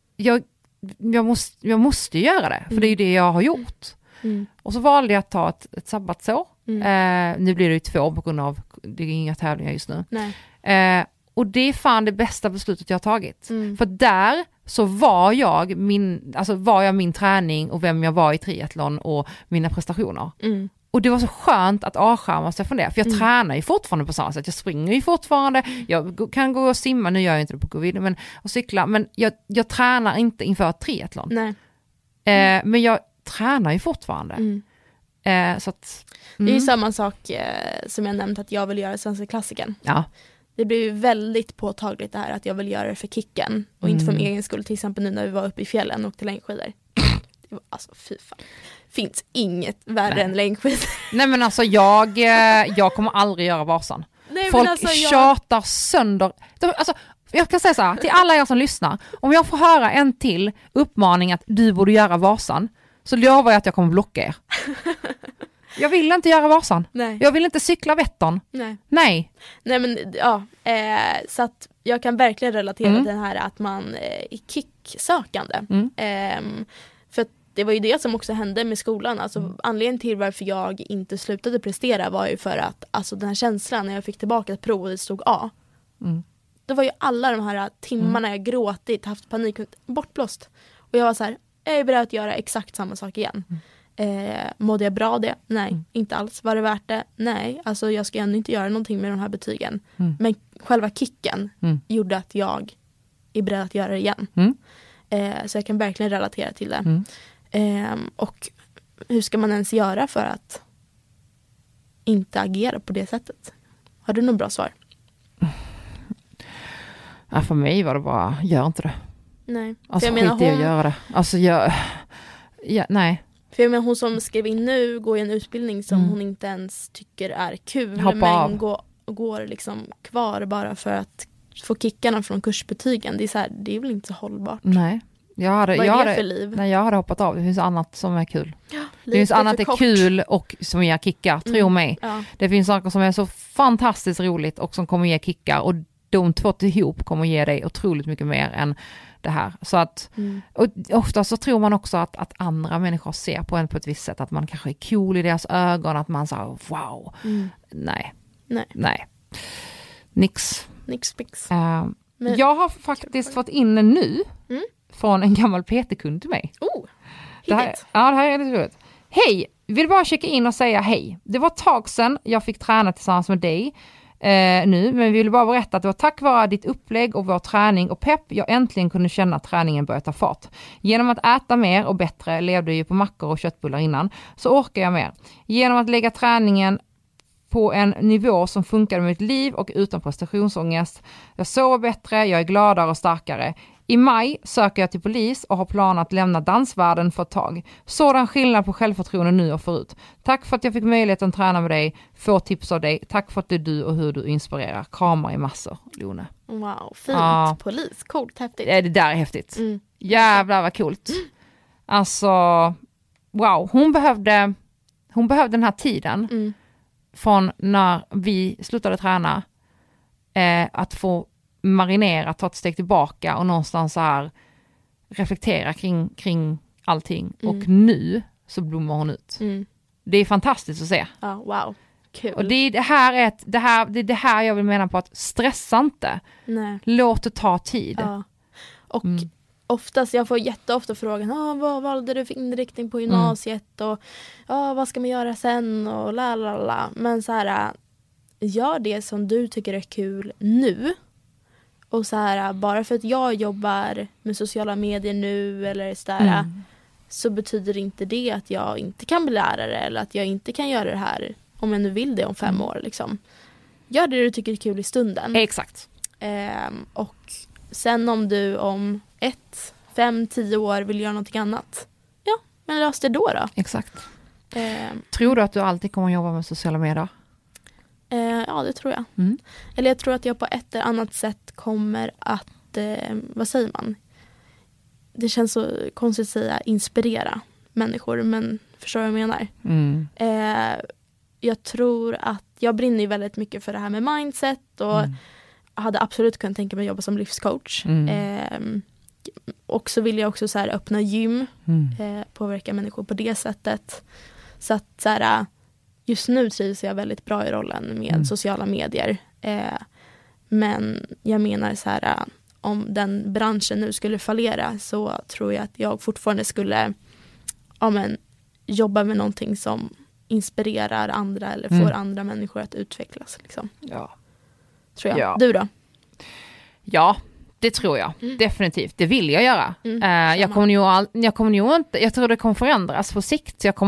jag måste göra det. För det är ju det jag har gjort. Och så valde jag att ta ett sabbatsår. Nu blir det ju 2 på grund av, det är inga tävlingar just nu. Och det är fan det bästa beslutet jag har tagit. För där så var jag min träning och vem jag var i triathlon och mina prestationer. Och det var så skönt att avskärma sig från det. För jag tränar ju fortfarande på samma sätt. Jag springer ju fortfarande. Jag kan gå och simma. Nu gör jag inte det på covid. Och cykla. Men jag tränar inte inför triathlon. Nej. Men jag tränar ju fortfarande. Så att, det är ju samma sak som jag nämnt att jag vill göra svenska klassiken. Ja. Det blir ju väldigt påtagligt det här att jag vill göra det för kicken och inte för min egen skull. Till exempel nu när vi var uppe i fjällen och till längdskidor. Det var, alltså fy fan. Finns inget värre än längdskidor. Nej men alltså jag kommer aldrig göra Vasan. Nej, folk alltså, tjatar sönder. Alltså, jag kan säga så här, till alla er som lyssnar. Om jag får höra en till uppmaning att du borde göra Vasan, så lovar jag att jag kommer blocka er. Jag vill inte göra Vasan. Nej. Jag vill inte cykla Vättern. Nej. Nej men ja, så att jag kan verkligen relatera till den här att man är kicksökande. För att det var ju det som också hände med skolan. Alltså anledningen till varför jag inte slutade prestera var ju för att alltså den här känslan när jag fick tillbaka ett prov och det stod A. Det var ju alla de här timmarna jag gråtit, haft panik, bortblåst. Och jag var så här, jag är beredd att göra exakt samma sak igen. Mådde jag bra det? Nej, inte alls. Var det värt det? Nej, alltså jag ska ändå inte göra någonting med de här betygen. Men själva kicken gjorde att jag är beredd att göra det igen. Så jag kan verkligen relatera till det. Och hur ska man ens göra för att inte agera på det sättet? Har du något bra svar? Ja, för mig var det bara, gör inte det. Nej. Alltså skit i att göra det. Alltså nej. För jag menar, hon som skrev in nu går i en utbildning som hon inte ens tycker är kul. Men går liksom kvar bara för att få kickarna från kursbetygen. Det är så här, det är väl inte så hållbart. Nej. Vad är det för liv? Nej, jag hade hoppat av. Det finns annat som är kul. Ja, det finns annat är kul och som ger kickar, tro mig. Ja. Det finns saker som är så fantastiskt roligt och som kommer ge kickar. Och de 2 ihop kommer ge dig otroligt mycket mer än det här. Så att, och ofta så tror man också att andra människor ser på en på ett visst sätt. Att man kanske är cool i deras ögon. Att man säger wow. Nej. Nix. Jag har faktiskt fått in nu från en gammal PT-kund till mig. Det här är lite roligt. Hej, vill bara checka in och säga hej. Det var ett tag sedan jag fick träna tillsammans med dig nu, men vi vill bara berätta att det var tack vare ditt upplägg och vår träning och pepp jag äntligen kunde känna att träningen började ta fart. Genom att äta mer och bättre, levde ju på mackor och köttbullar innan, så orkar jag mer. Genom att lägga träningen på en nivå som funkar med mitt liv och utan prestationsångest. Jag sover bättre, jag är gladare och starkare. I maj söker jag till polis och har planerat att lämna dansvärlden för ett tag. Sådan skillnad på självförtroende nu och förut. Tack för att jag fick möjligheten att träna med dig. Få tips av dig. Tack för att det är du och hur du inspirerar. Kramar i massor, Lone. Wow, fint. Polis, coolt, häftigt. Det där är häftigt. Jävlar vad coolt. Alltså, wow. Hon behövde den här tiden från när vi slutade träna att få marinera, ta ett steg tillbaka och någonstans så här reflektera kring allting. Och nu så blommar hon ut. Det är fantastiskt att se. Ja, wow. Kul. Och det är det här jag vill mena på, att stressa inte. Nej. Låt det ta tid. Ja. Och oftast, jag får jätteofta frågan, vad valde du för inriktning på gymnasiet och vad ska man göra sen och la. Men så här, gör det som du tycker är kul nu. Och så här, bara för att jag jobbar med sociala medier nu eller sådär, så betyder inte det att jag inte kan bli lärare eller att jag inte kan göra det här om jag nu vill det om 5 år. Liksom. Gör det du tycker är kul i stunden. Exakt. Och sen om du om 1, 5, 10 år vill göra någonting annat, ja, men lös det då. Exakt. Tror du att du alltid kommer att jobba med sociala medier? Ja, det tror jag. Eller jag tror att jag på ett eller annat sätt kommer att, vad säger man? Det känns så konstigt att säga inspirera människor, men förstår vad jag menar? Jag tror att jag brinner ju väldigt mycket för det här med mindset och hade absolut kunnat tänka mig att jobba som livscoach. Och så vill jag också så här öppna gym, påverka människor på det sättet. Så att så här, just nu trivs jag väldigt bra i rollen med sociala medier. Men jag menar så här, om den branschen nu skulle fallera så tror jag att jag fortfarande skulle jobba med någonting som inspirerar andra eller får andra människor att utvecklas. Liksom. Ja. Tror jag. Ja. Du då? Ja, det tror jag. Definitivt. Det vill jag göra. Jag tror det kommer förändras på sikt. Jag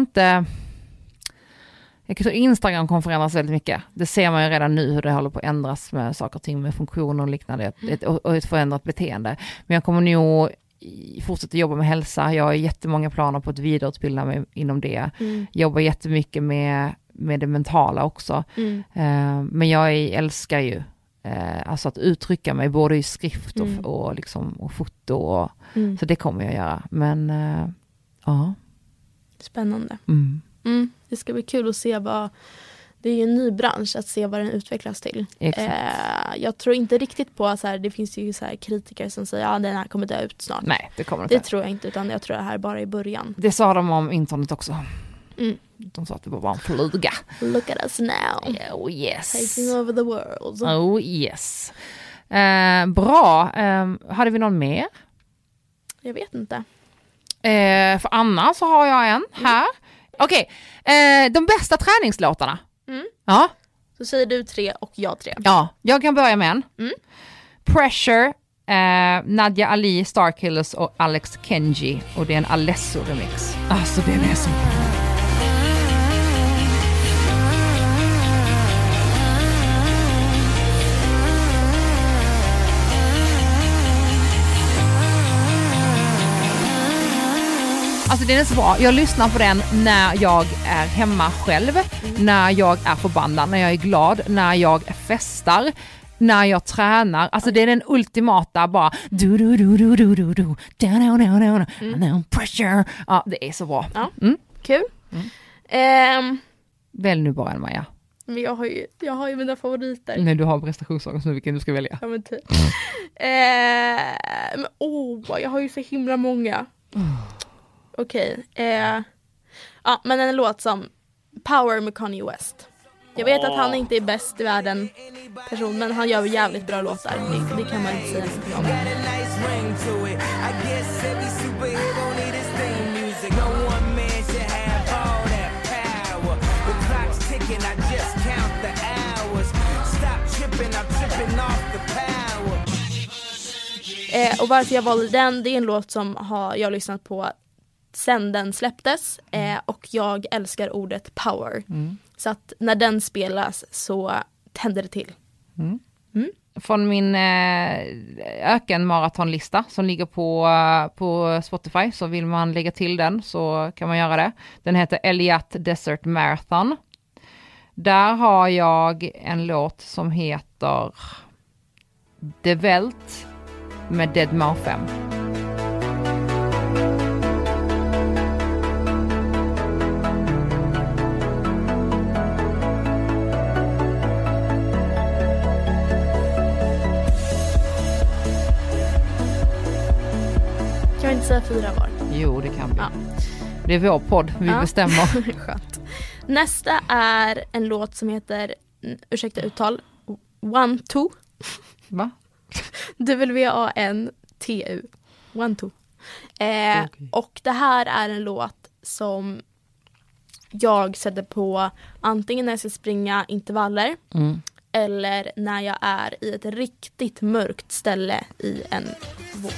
tror Instagram kommer förändras väldigt mycket. Det ser man ju redan nu hur det håller på att ändras med saker och ting, med funktioner och liknande och ett förändrat beteende. Men jag kommer nog fortsätta jobba med hälsa. Jag har jättemånga planer på att vidareutbilda mig inom det. Jobbar jättemycket med det mentala också. Men jag älskar ju alltså att uttrycka mig både i skrift och foto. Så det kommer jag göra. Men ja. Spännande. Det ska bli kul att se det är ju en ny bransch, att se vad den utvecklas till. Jag tror inte riktigt på så här, det finns ju så här kritiker som säger att den här kommer dö ut snart. Nej, det kommer inte. Det tror jag inte, utan jag tror det här bara är början. Det sa de om internet också. De sa att det var bara en fluga. Look at us now. Oh yes. Taking over the world. Oh yes. Bra. Hade vi någon mer? Jag vet inte. För Anna så har jag en här. Okej, de bästa träningslåtarna. Ja. Så säger du 3 och jag 3. Ja, jag kan börja med en. Pressure, Nadja Ali, Starkillers och Alex Kenji. Och det är en Alesso-remix. Alltså den är så bra. Alltså den är så bra. Jag lyssnar på den när jag är hemma själv, när jag är förbannad, när jag är glad, när jag festar, när jag tränar. Alltså det är den ultimata bara pressure. Ja, det är så bra. Ja, kul. Välj nu bara en, Maja. Men jag har ju mina favoriter. Nej, du har prestationssaker, så vilken du ska välja. Ja, men typ. Jag har ju så himla många. Okej. Men en låt som Power med Kanye West. Jag vet att han inte är bäst i världen person, men han gör jävligt bra låtar. Det kan man inte säga någonting om. Och varför jag valde den, det är en låt som jag har lyssnat på sen den släpptes, och jag älskar ordet power. Så att när den spelas så tänder det till. Från min ökenmaratonlista som ligger på Spotify, så vill man lägga till den så kan man göra det. Den heter Eliat Desert Marathon. Där har jag en låt som heter The Welt med Deadmau 5. inte säga 4 var? Jo, det kan vi. Ja. Det är vår podd, vi bestämmer. Skönt. Nästa är en låt som heter, ursäkta uttal, One Two. Va? WANTU. One Two. Okay. Och det här är en låt som jag sätter på antingen när jag ska springa intervaller eller när jag är i ett riktigt mörkt ställe i en vår.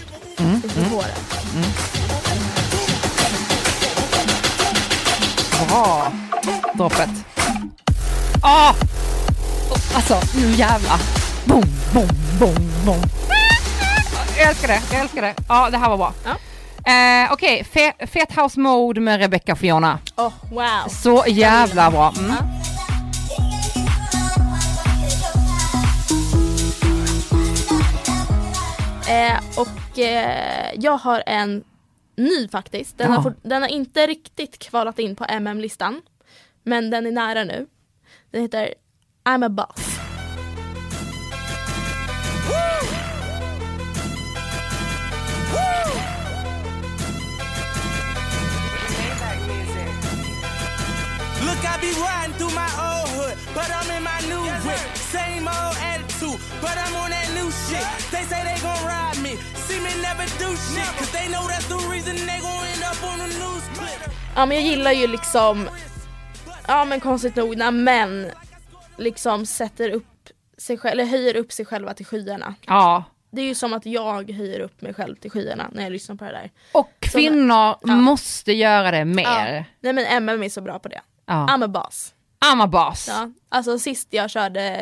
Bra. Droppet. Alltså, nu jävlar. Boom, boom, boom, boom. Jag älskar det. Ja, det här var bra. Ja. Okej, Fet House Mode med Rebecca Fiona. Wow. Så jävla bra. Jag har en ny faktiskt. Den har inte riktigt kvalat in på MM-listan. Men den är nära nu. Den heter I'm a Boss. Look, I be riding through my old hood, but I'm in my new whip. Same old attitude, but I'm on that new shit. They say they gon' ride me, see me never do shit, cause they know that's the reason they gon' end up on the news clip. Ja, men jag gillar ju liksom, ja men konstigt nog, när män liksom sätter upp sig själv, eller höjer upp sig själva till skyarna. Ja. Det är ju som att jag höjer upp mig själv till skyarna när jag lyssnar på det där. Och kvinnor måste göra det mer. Ja. Nej, men MM är så bra på det. Ja. I'm a boss. I'm a boss. Ja. Alltså sist jag körde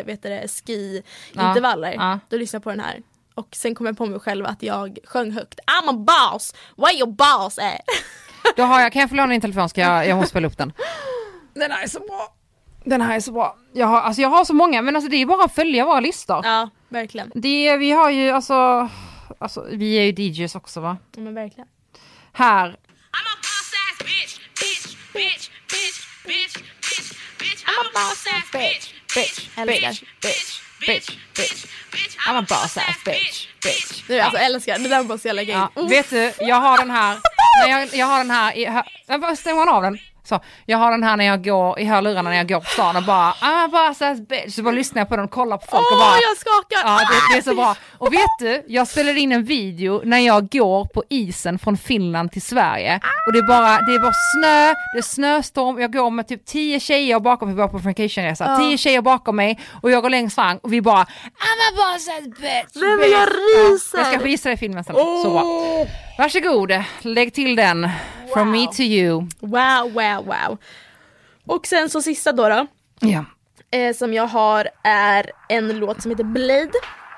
ski-intervaller, då lyssnade jag på den här. Och sen kom jag på mig själv att jag sjöng högt. I'm a boss, what your boss är. Då har jag, kan jag få låna din telefon? Jag måste spela upp den. Den här är så bra. Den här är så bra. Jag har så många, men alltså det är bara att följa våra listor. Ja, verkligen. Vi har ju alltså vi är ju DJs också, va? Ja, men verkligen. Här. I'm a boss ass bitch, bitch, bitch, bitch, bitch, bitch, bitch. I'm a boss ass bitch, bitch, bitch, bitch, bitch, bitch, bitch. I'm a boss ass bitch, bitch. Du, alltså älskar, det där måste jag lägga in. Vet du, jag har den här. Jag har den här stänger man av den? Så, jag har den här när jag går i hörlurarna när jag går på stan och bara boss ass bitch. Så bara lyssnar jag på den och kollar på folk och bara jag skakar. Ja, det är så bra. Och vet du, jag spelade in en video när jag går på isen från Finland till Sverige. Och det är bara snö, det är snöstorm. Jag går med typ 10 tjejer bakom mig, vi var på Francation-resa. 10 tjejer bakom mig och jag går längst fram och vi bara I'm a boss ass bitch. Nej, men jag ryser. Jag ska visa dig filmen sen. Så bra. Varsågod, lägg till den. From me to you. Wow. Och sen så sista då. Ja. Som jag har är en låt som heter Blade.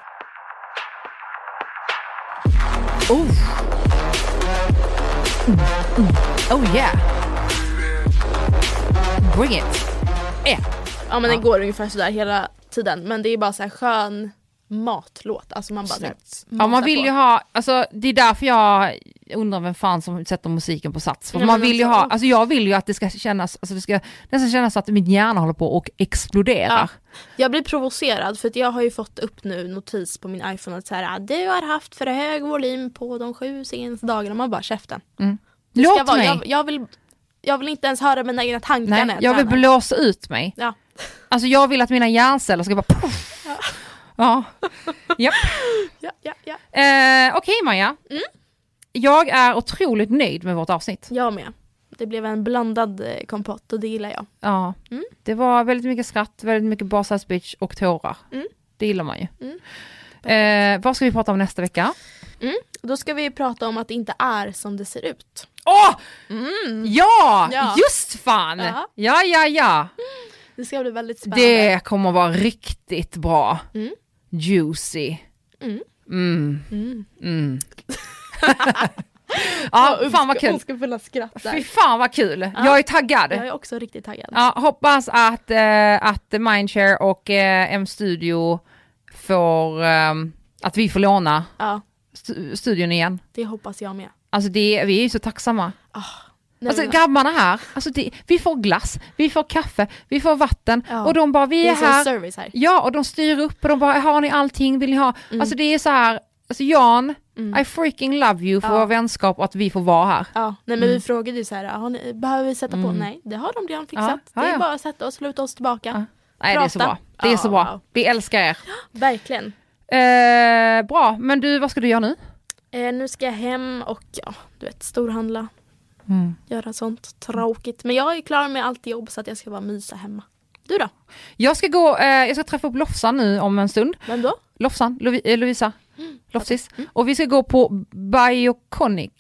Oh yeah. Bring it. Ja, men den går ungefär sådär hela tiden. Men det är bara så här skön matlåt. Alltså man bara ja, man vill ju ha, alltså det är därför jag undrar vem fan som sätter musiken på sats. För man vill ju ha, alltså jag vill ju att det ska kännas, alltså det ska nästan kännas att min hjärna håller på och exploderar. Ja. Jag blir provocerad för att jag har ju fått upp nu notis på min iPhone att så här, du har haft för hög volym på de 7 senaste dagarna. Man bara käften. Låt mig. Jag vill inte ens höra mina egna tankar. Nej, jag vill blåsa ut mig. Ja. Alltså jag vill att mina hjärnceller ska bara puff. Ja. Japp. Ja. Okej, Maja. Jag är otroligt nöjd med vårt avsnitt. Jag med. Det blev en blandad kompott och det gillar jag. Ja. Det var väldigt mycket skratt, väldigt mycket boss ass bitch och tårar. Det gillar man ju. Vad ska vi prata om nästa vecka? Då ska vi prata om att det inte är som det ser ut. Ja, just fan. Ja. Det ska bli väldigt spännande. Det kommer vara riktigt bra. Juicy. Ja, fan vad kul. Jag ska fulla skratt där. Fy fan vad kul. Jag är taggad. Jag är också riktigt taggad. Ja, hoppas att Mindshare och M-studio får att vi får låna studion igen. Det hoppas jag med. Alltså vi är ju så tacksamma. Alltså grabbarna här, alltså vi får glass, vi får kaffe, vi får vatten och de bara, vi är här. Service här. Ja, och de styr upp och de bara, har ni allting, vill ni ha? Alltså det är så här, alltså Jan, I freaking love you för vår vänskap och att vi får vara här. Ja, nej men vi frågade ju så här, behöver vi sätta på? Nej, det har de redan fixat. Det är bara att sätta oss, luta oss tillbaka. Nej, prata. Det är så bra. Det är så bra. Wow. Vi älskar er. Verkligen. Bra, men du, vad ska du göra nu? Nu ska jag hem och storhandla. Göra sånt tråkigt. Men jag är klar med allt jobb så att jag ska bara mysa hemma. Du då? Jag ska träffa upp Lofsan nu om en stund. Vem då? Lofsan, Lovisa. Lofsis. Och vi ska gå på Bioconic.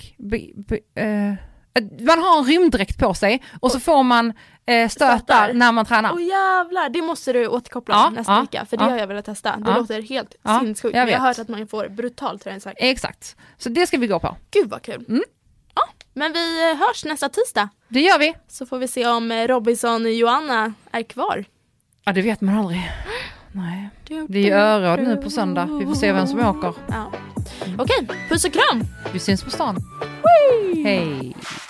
Man har en rymddräkt på sig och så får man stötar när man tränar. Åh jävlar, det måste du återkoppla nästa vecka. För det har jag velat testa. Det låter helt sinnessjukt. Jag har hört att man får brutal träningsvärk. Exakt, så det ska vi gå på. Gud vad kul. Ja, men vi hörs nästa tisdag. Det gör vi. Så får vi se om Robinson och Joanna är kvar. Ja, det vet man aldrig. Nej. Det är Öråd nu på söndag. Vi får se vem som åker. Ja. Okej, puss och kram. Vi syns på stan. Whee! Hej.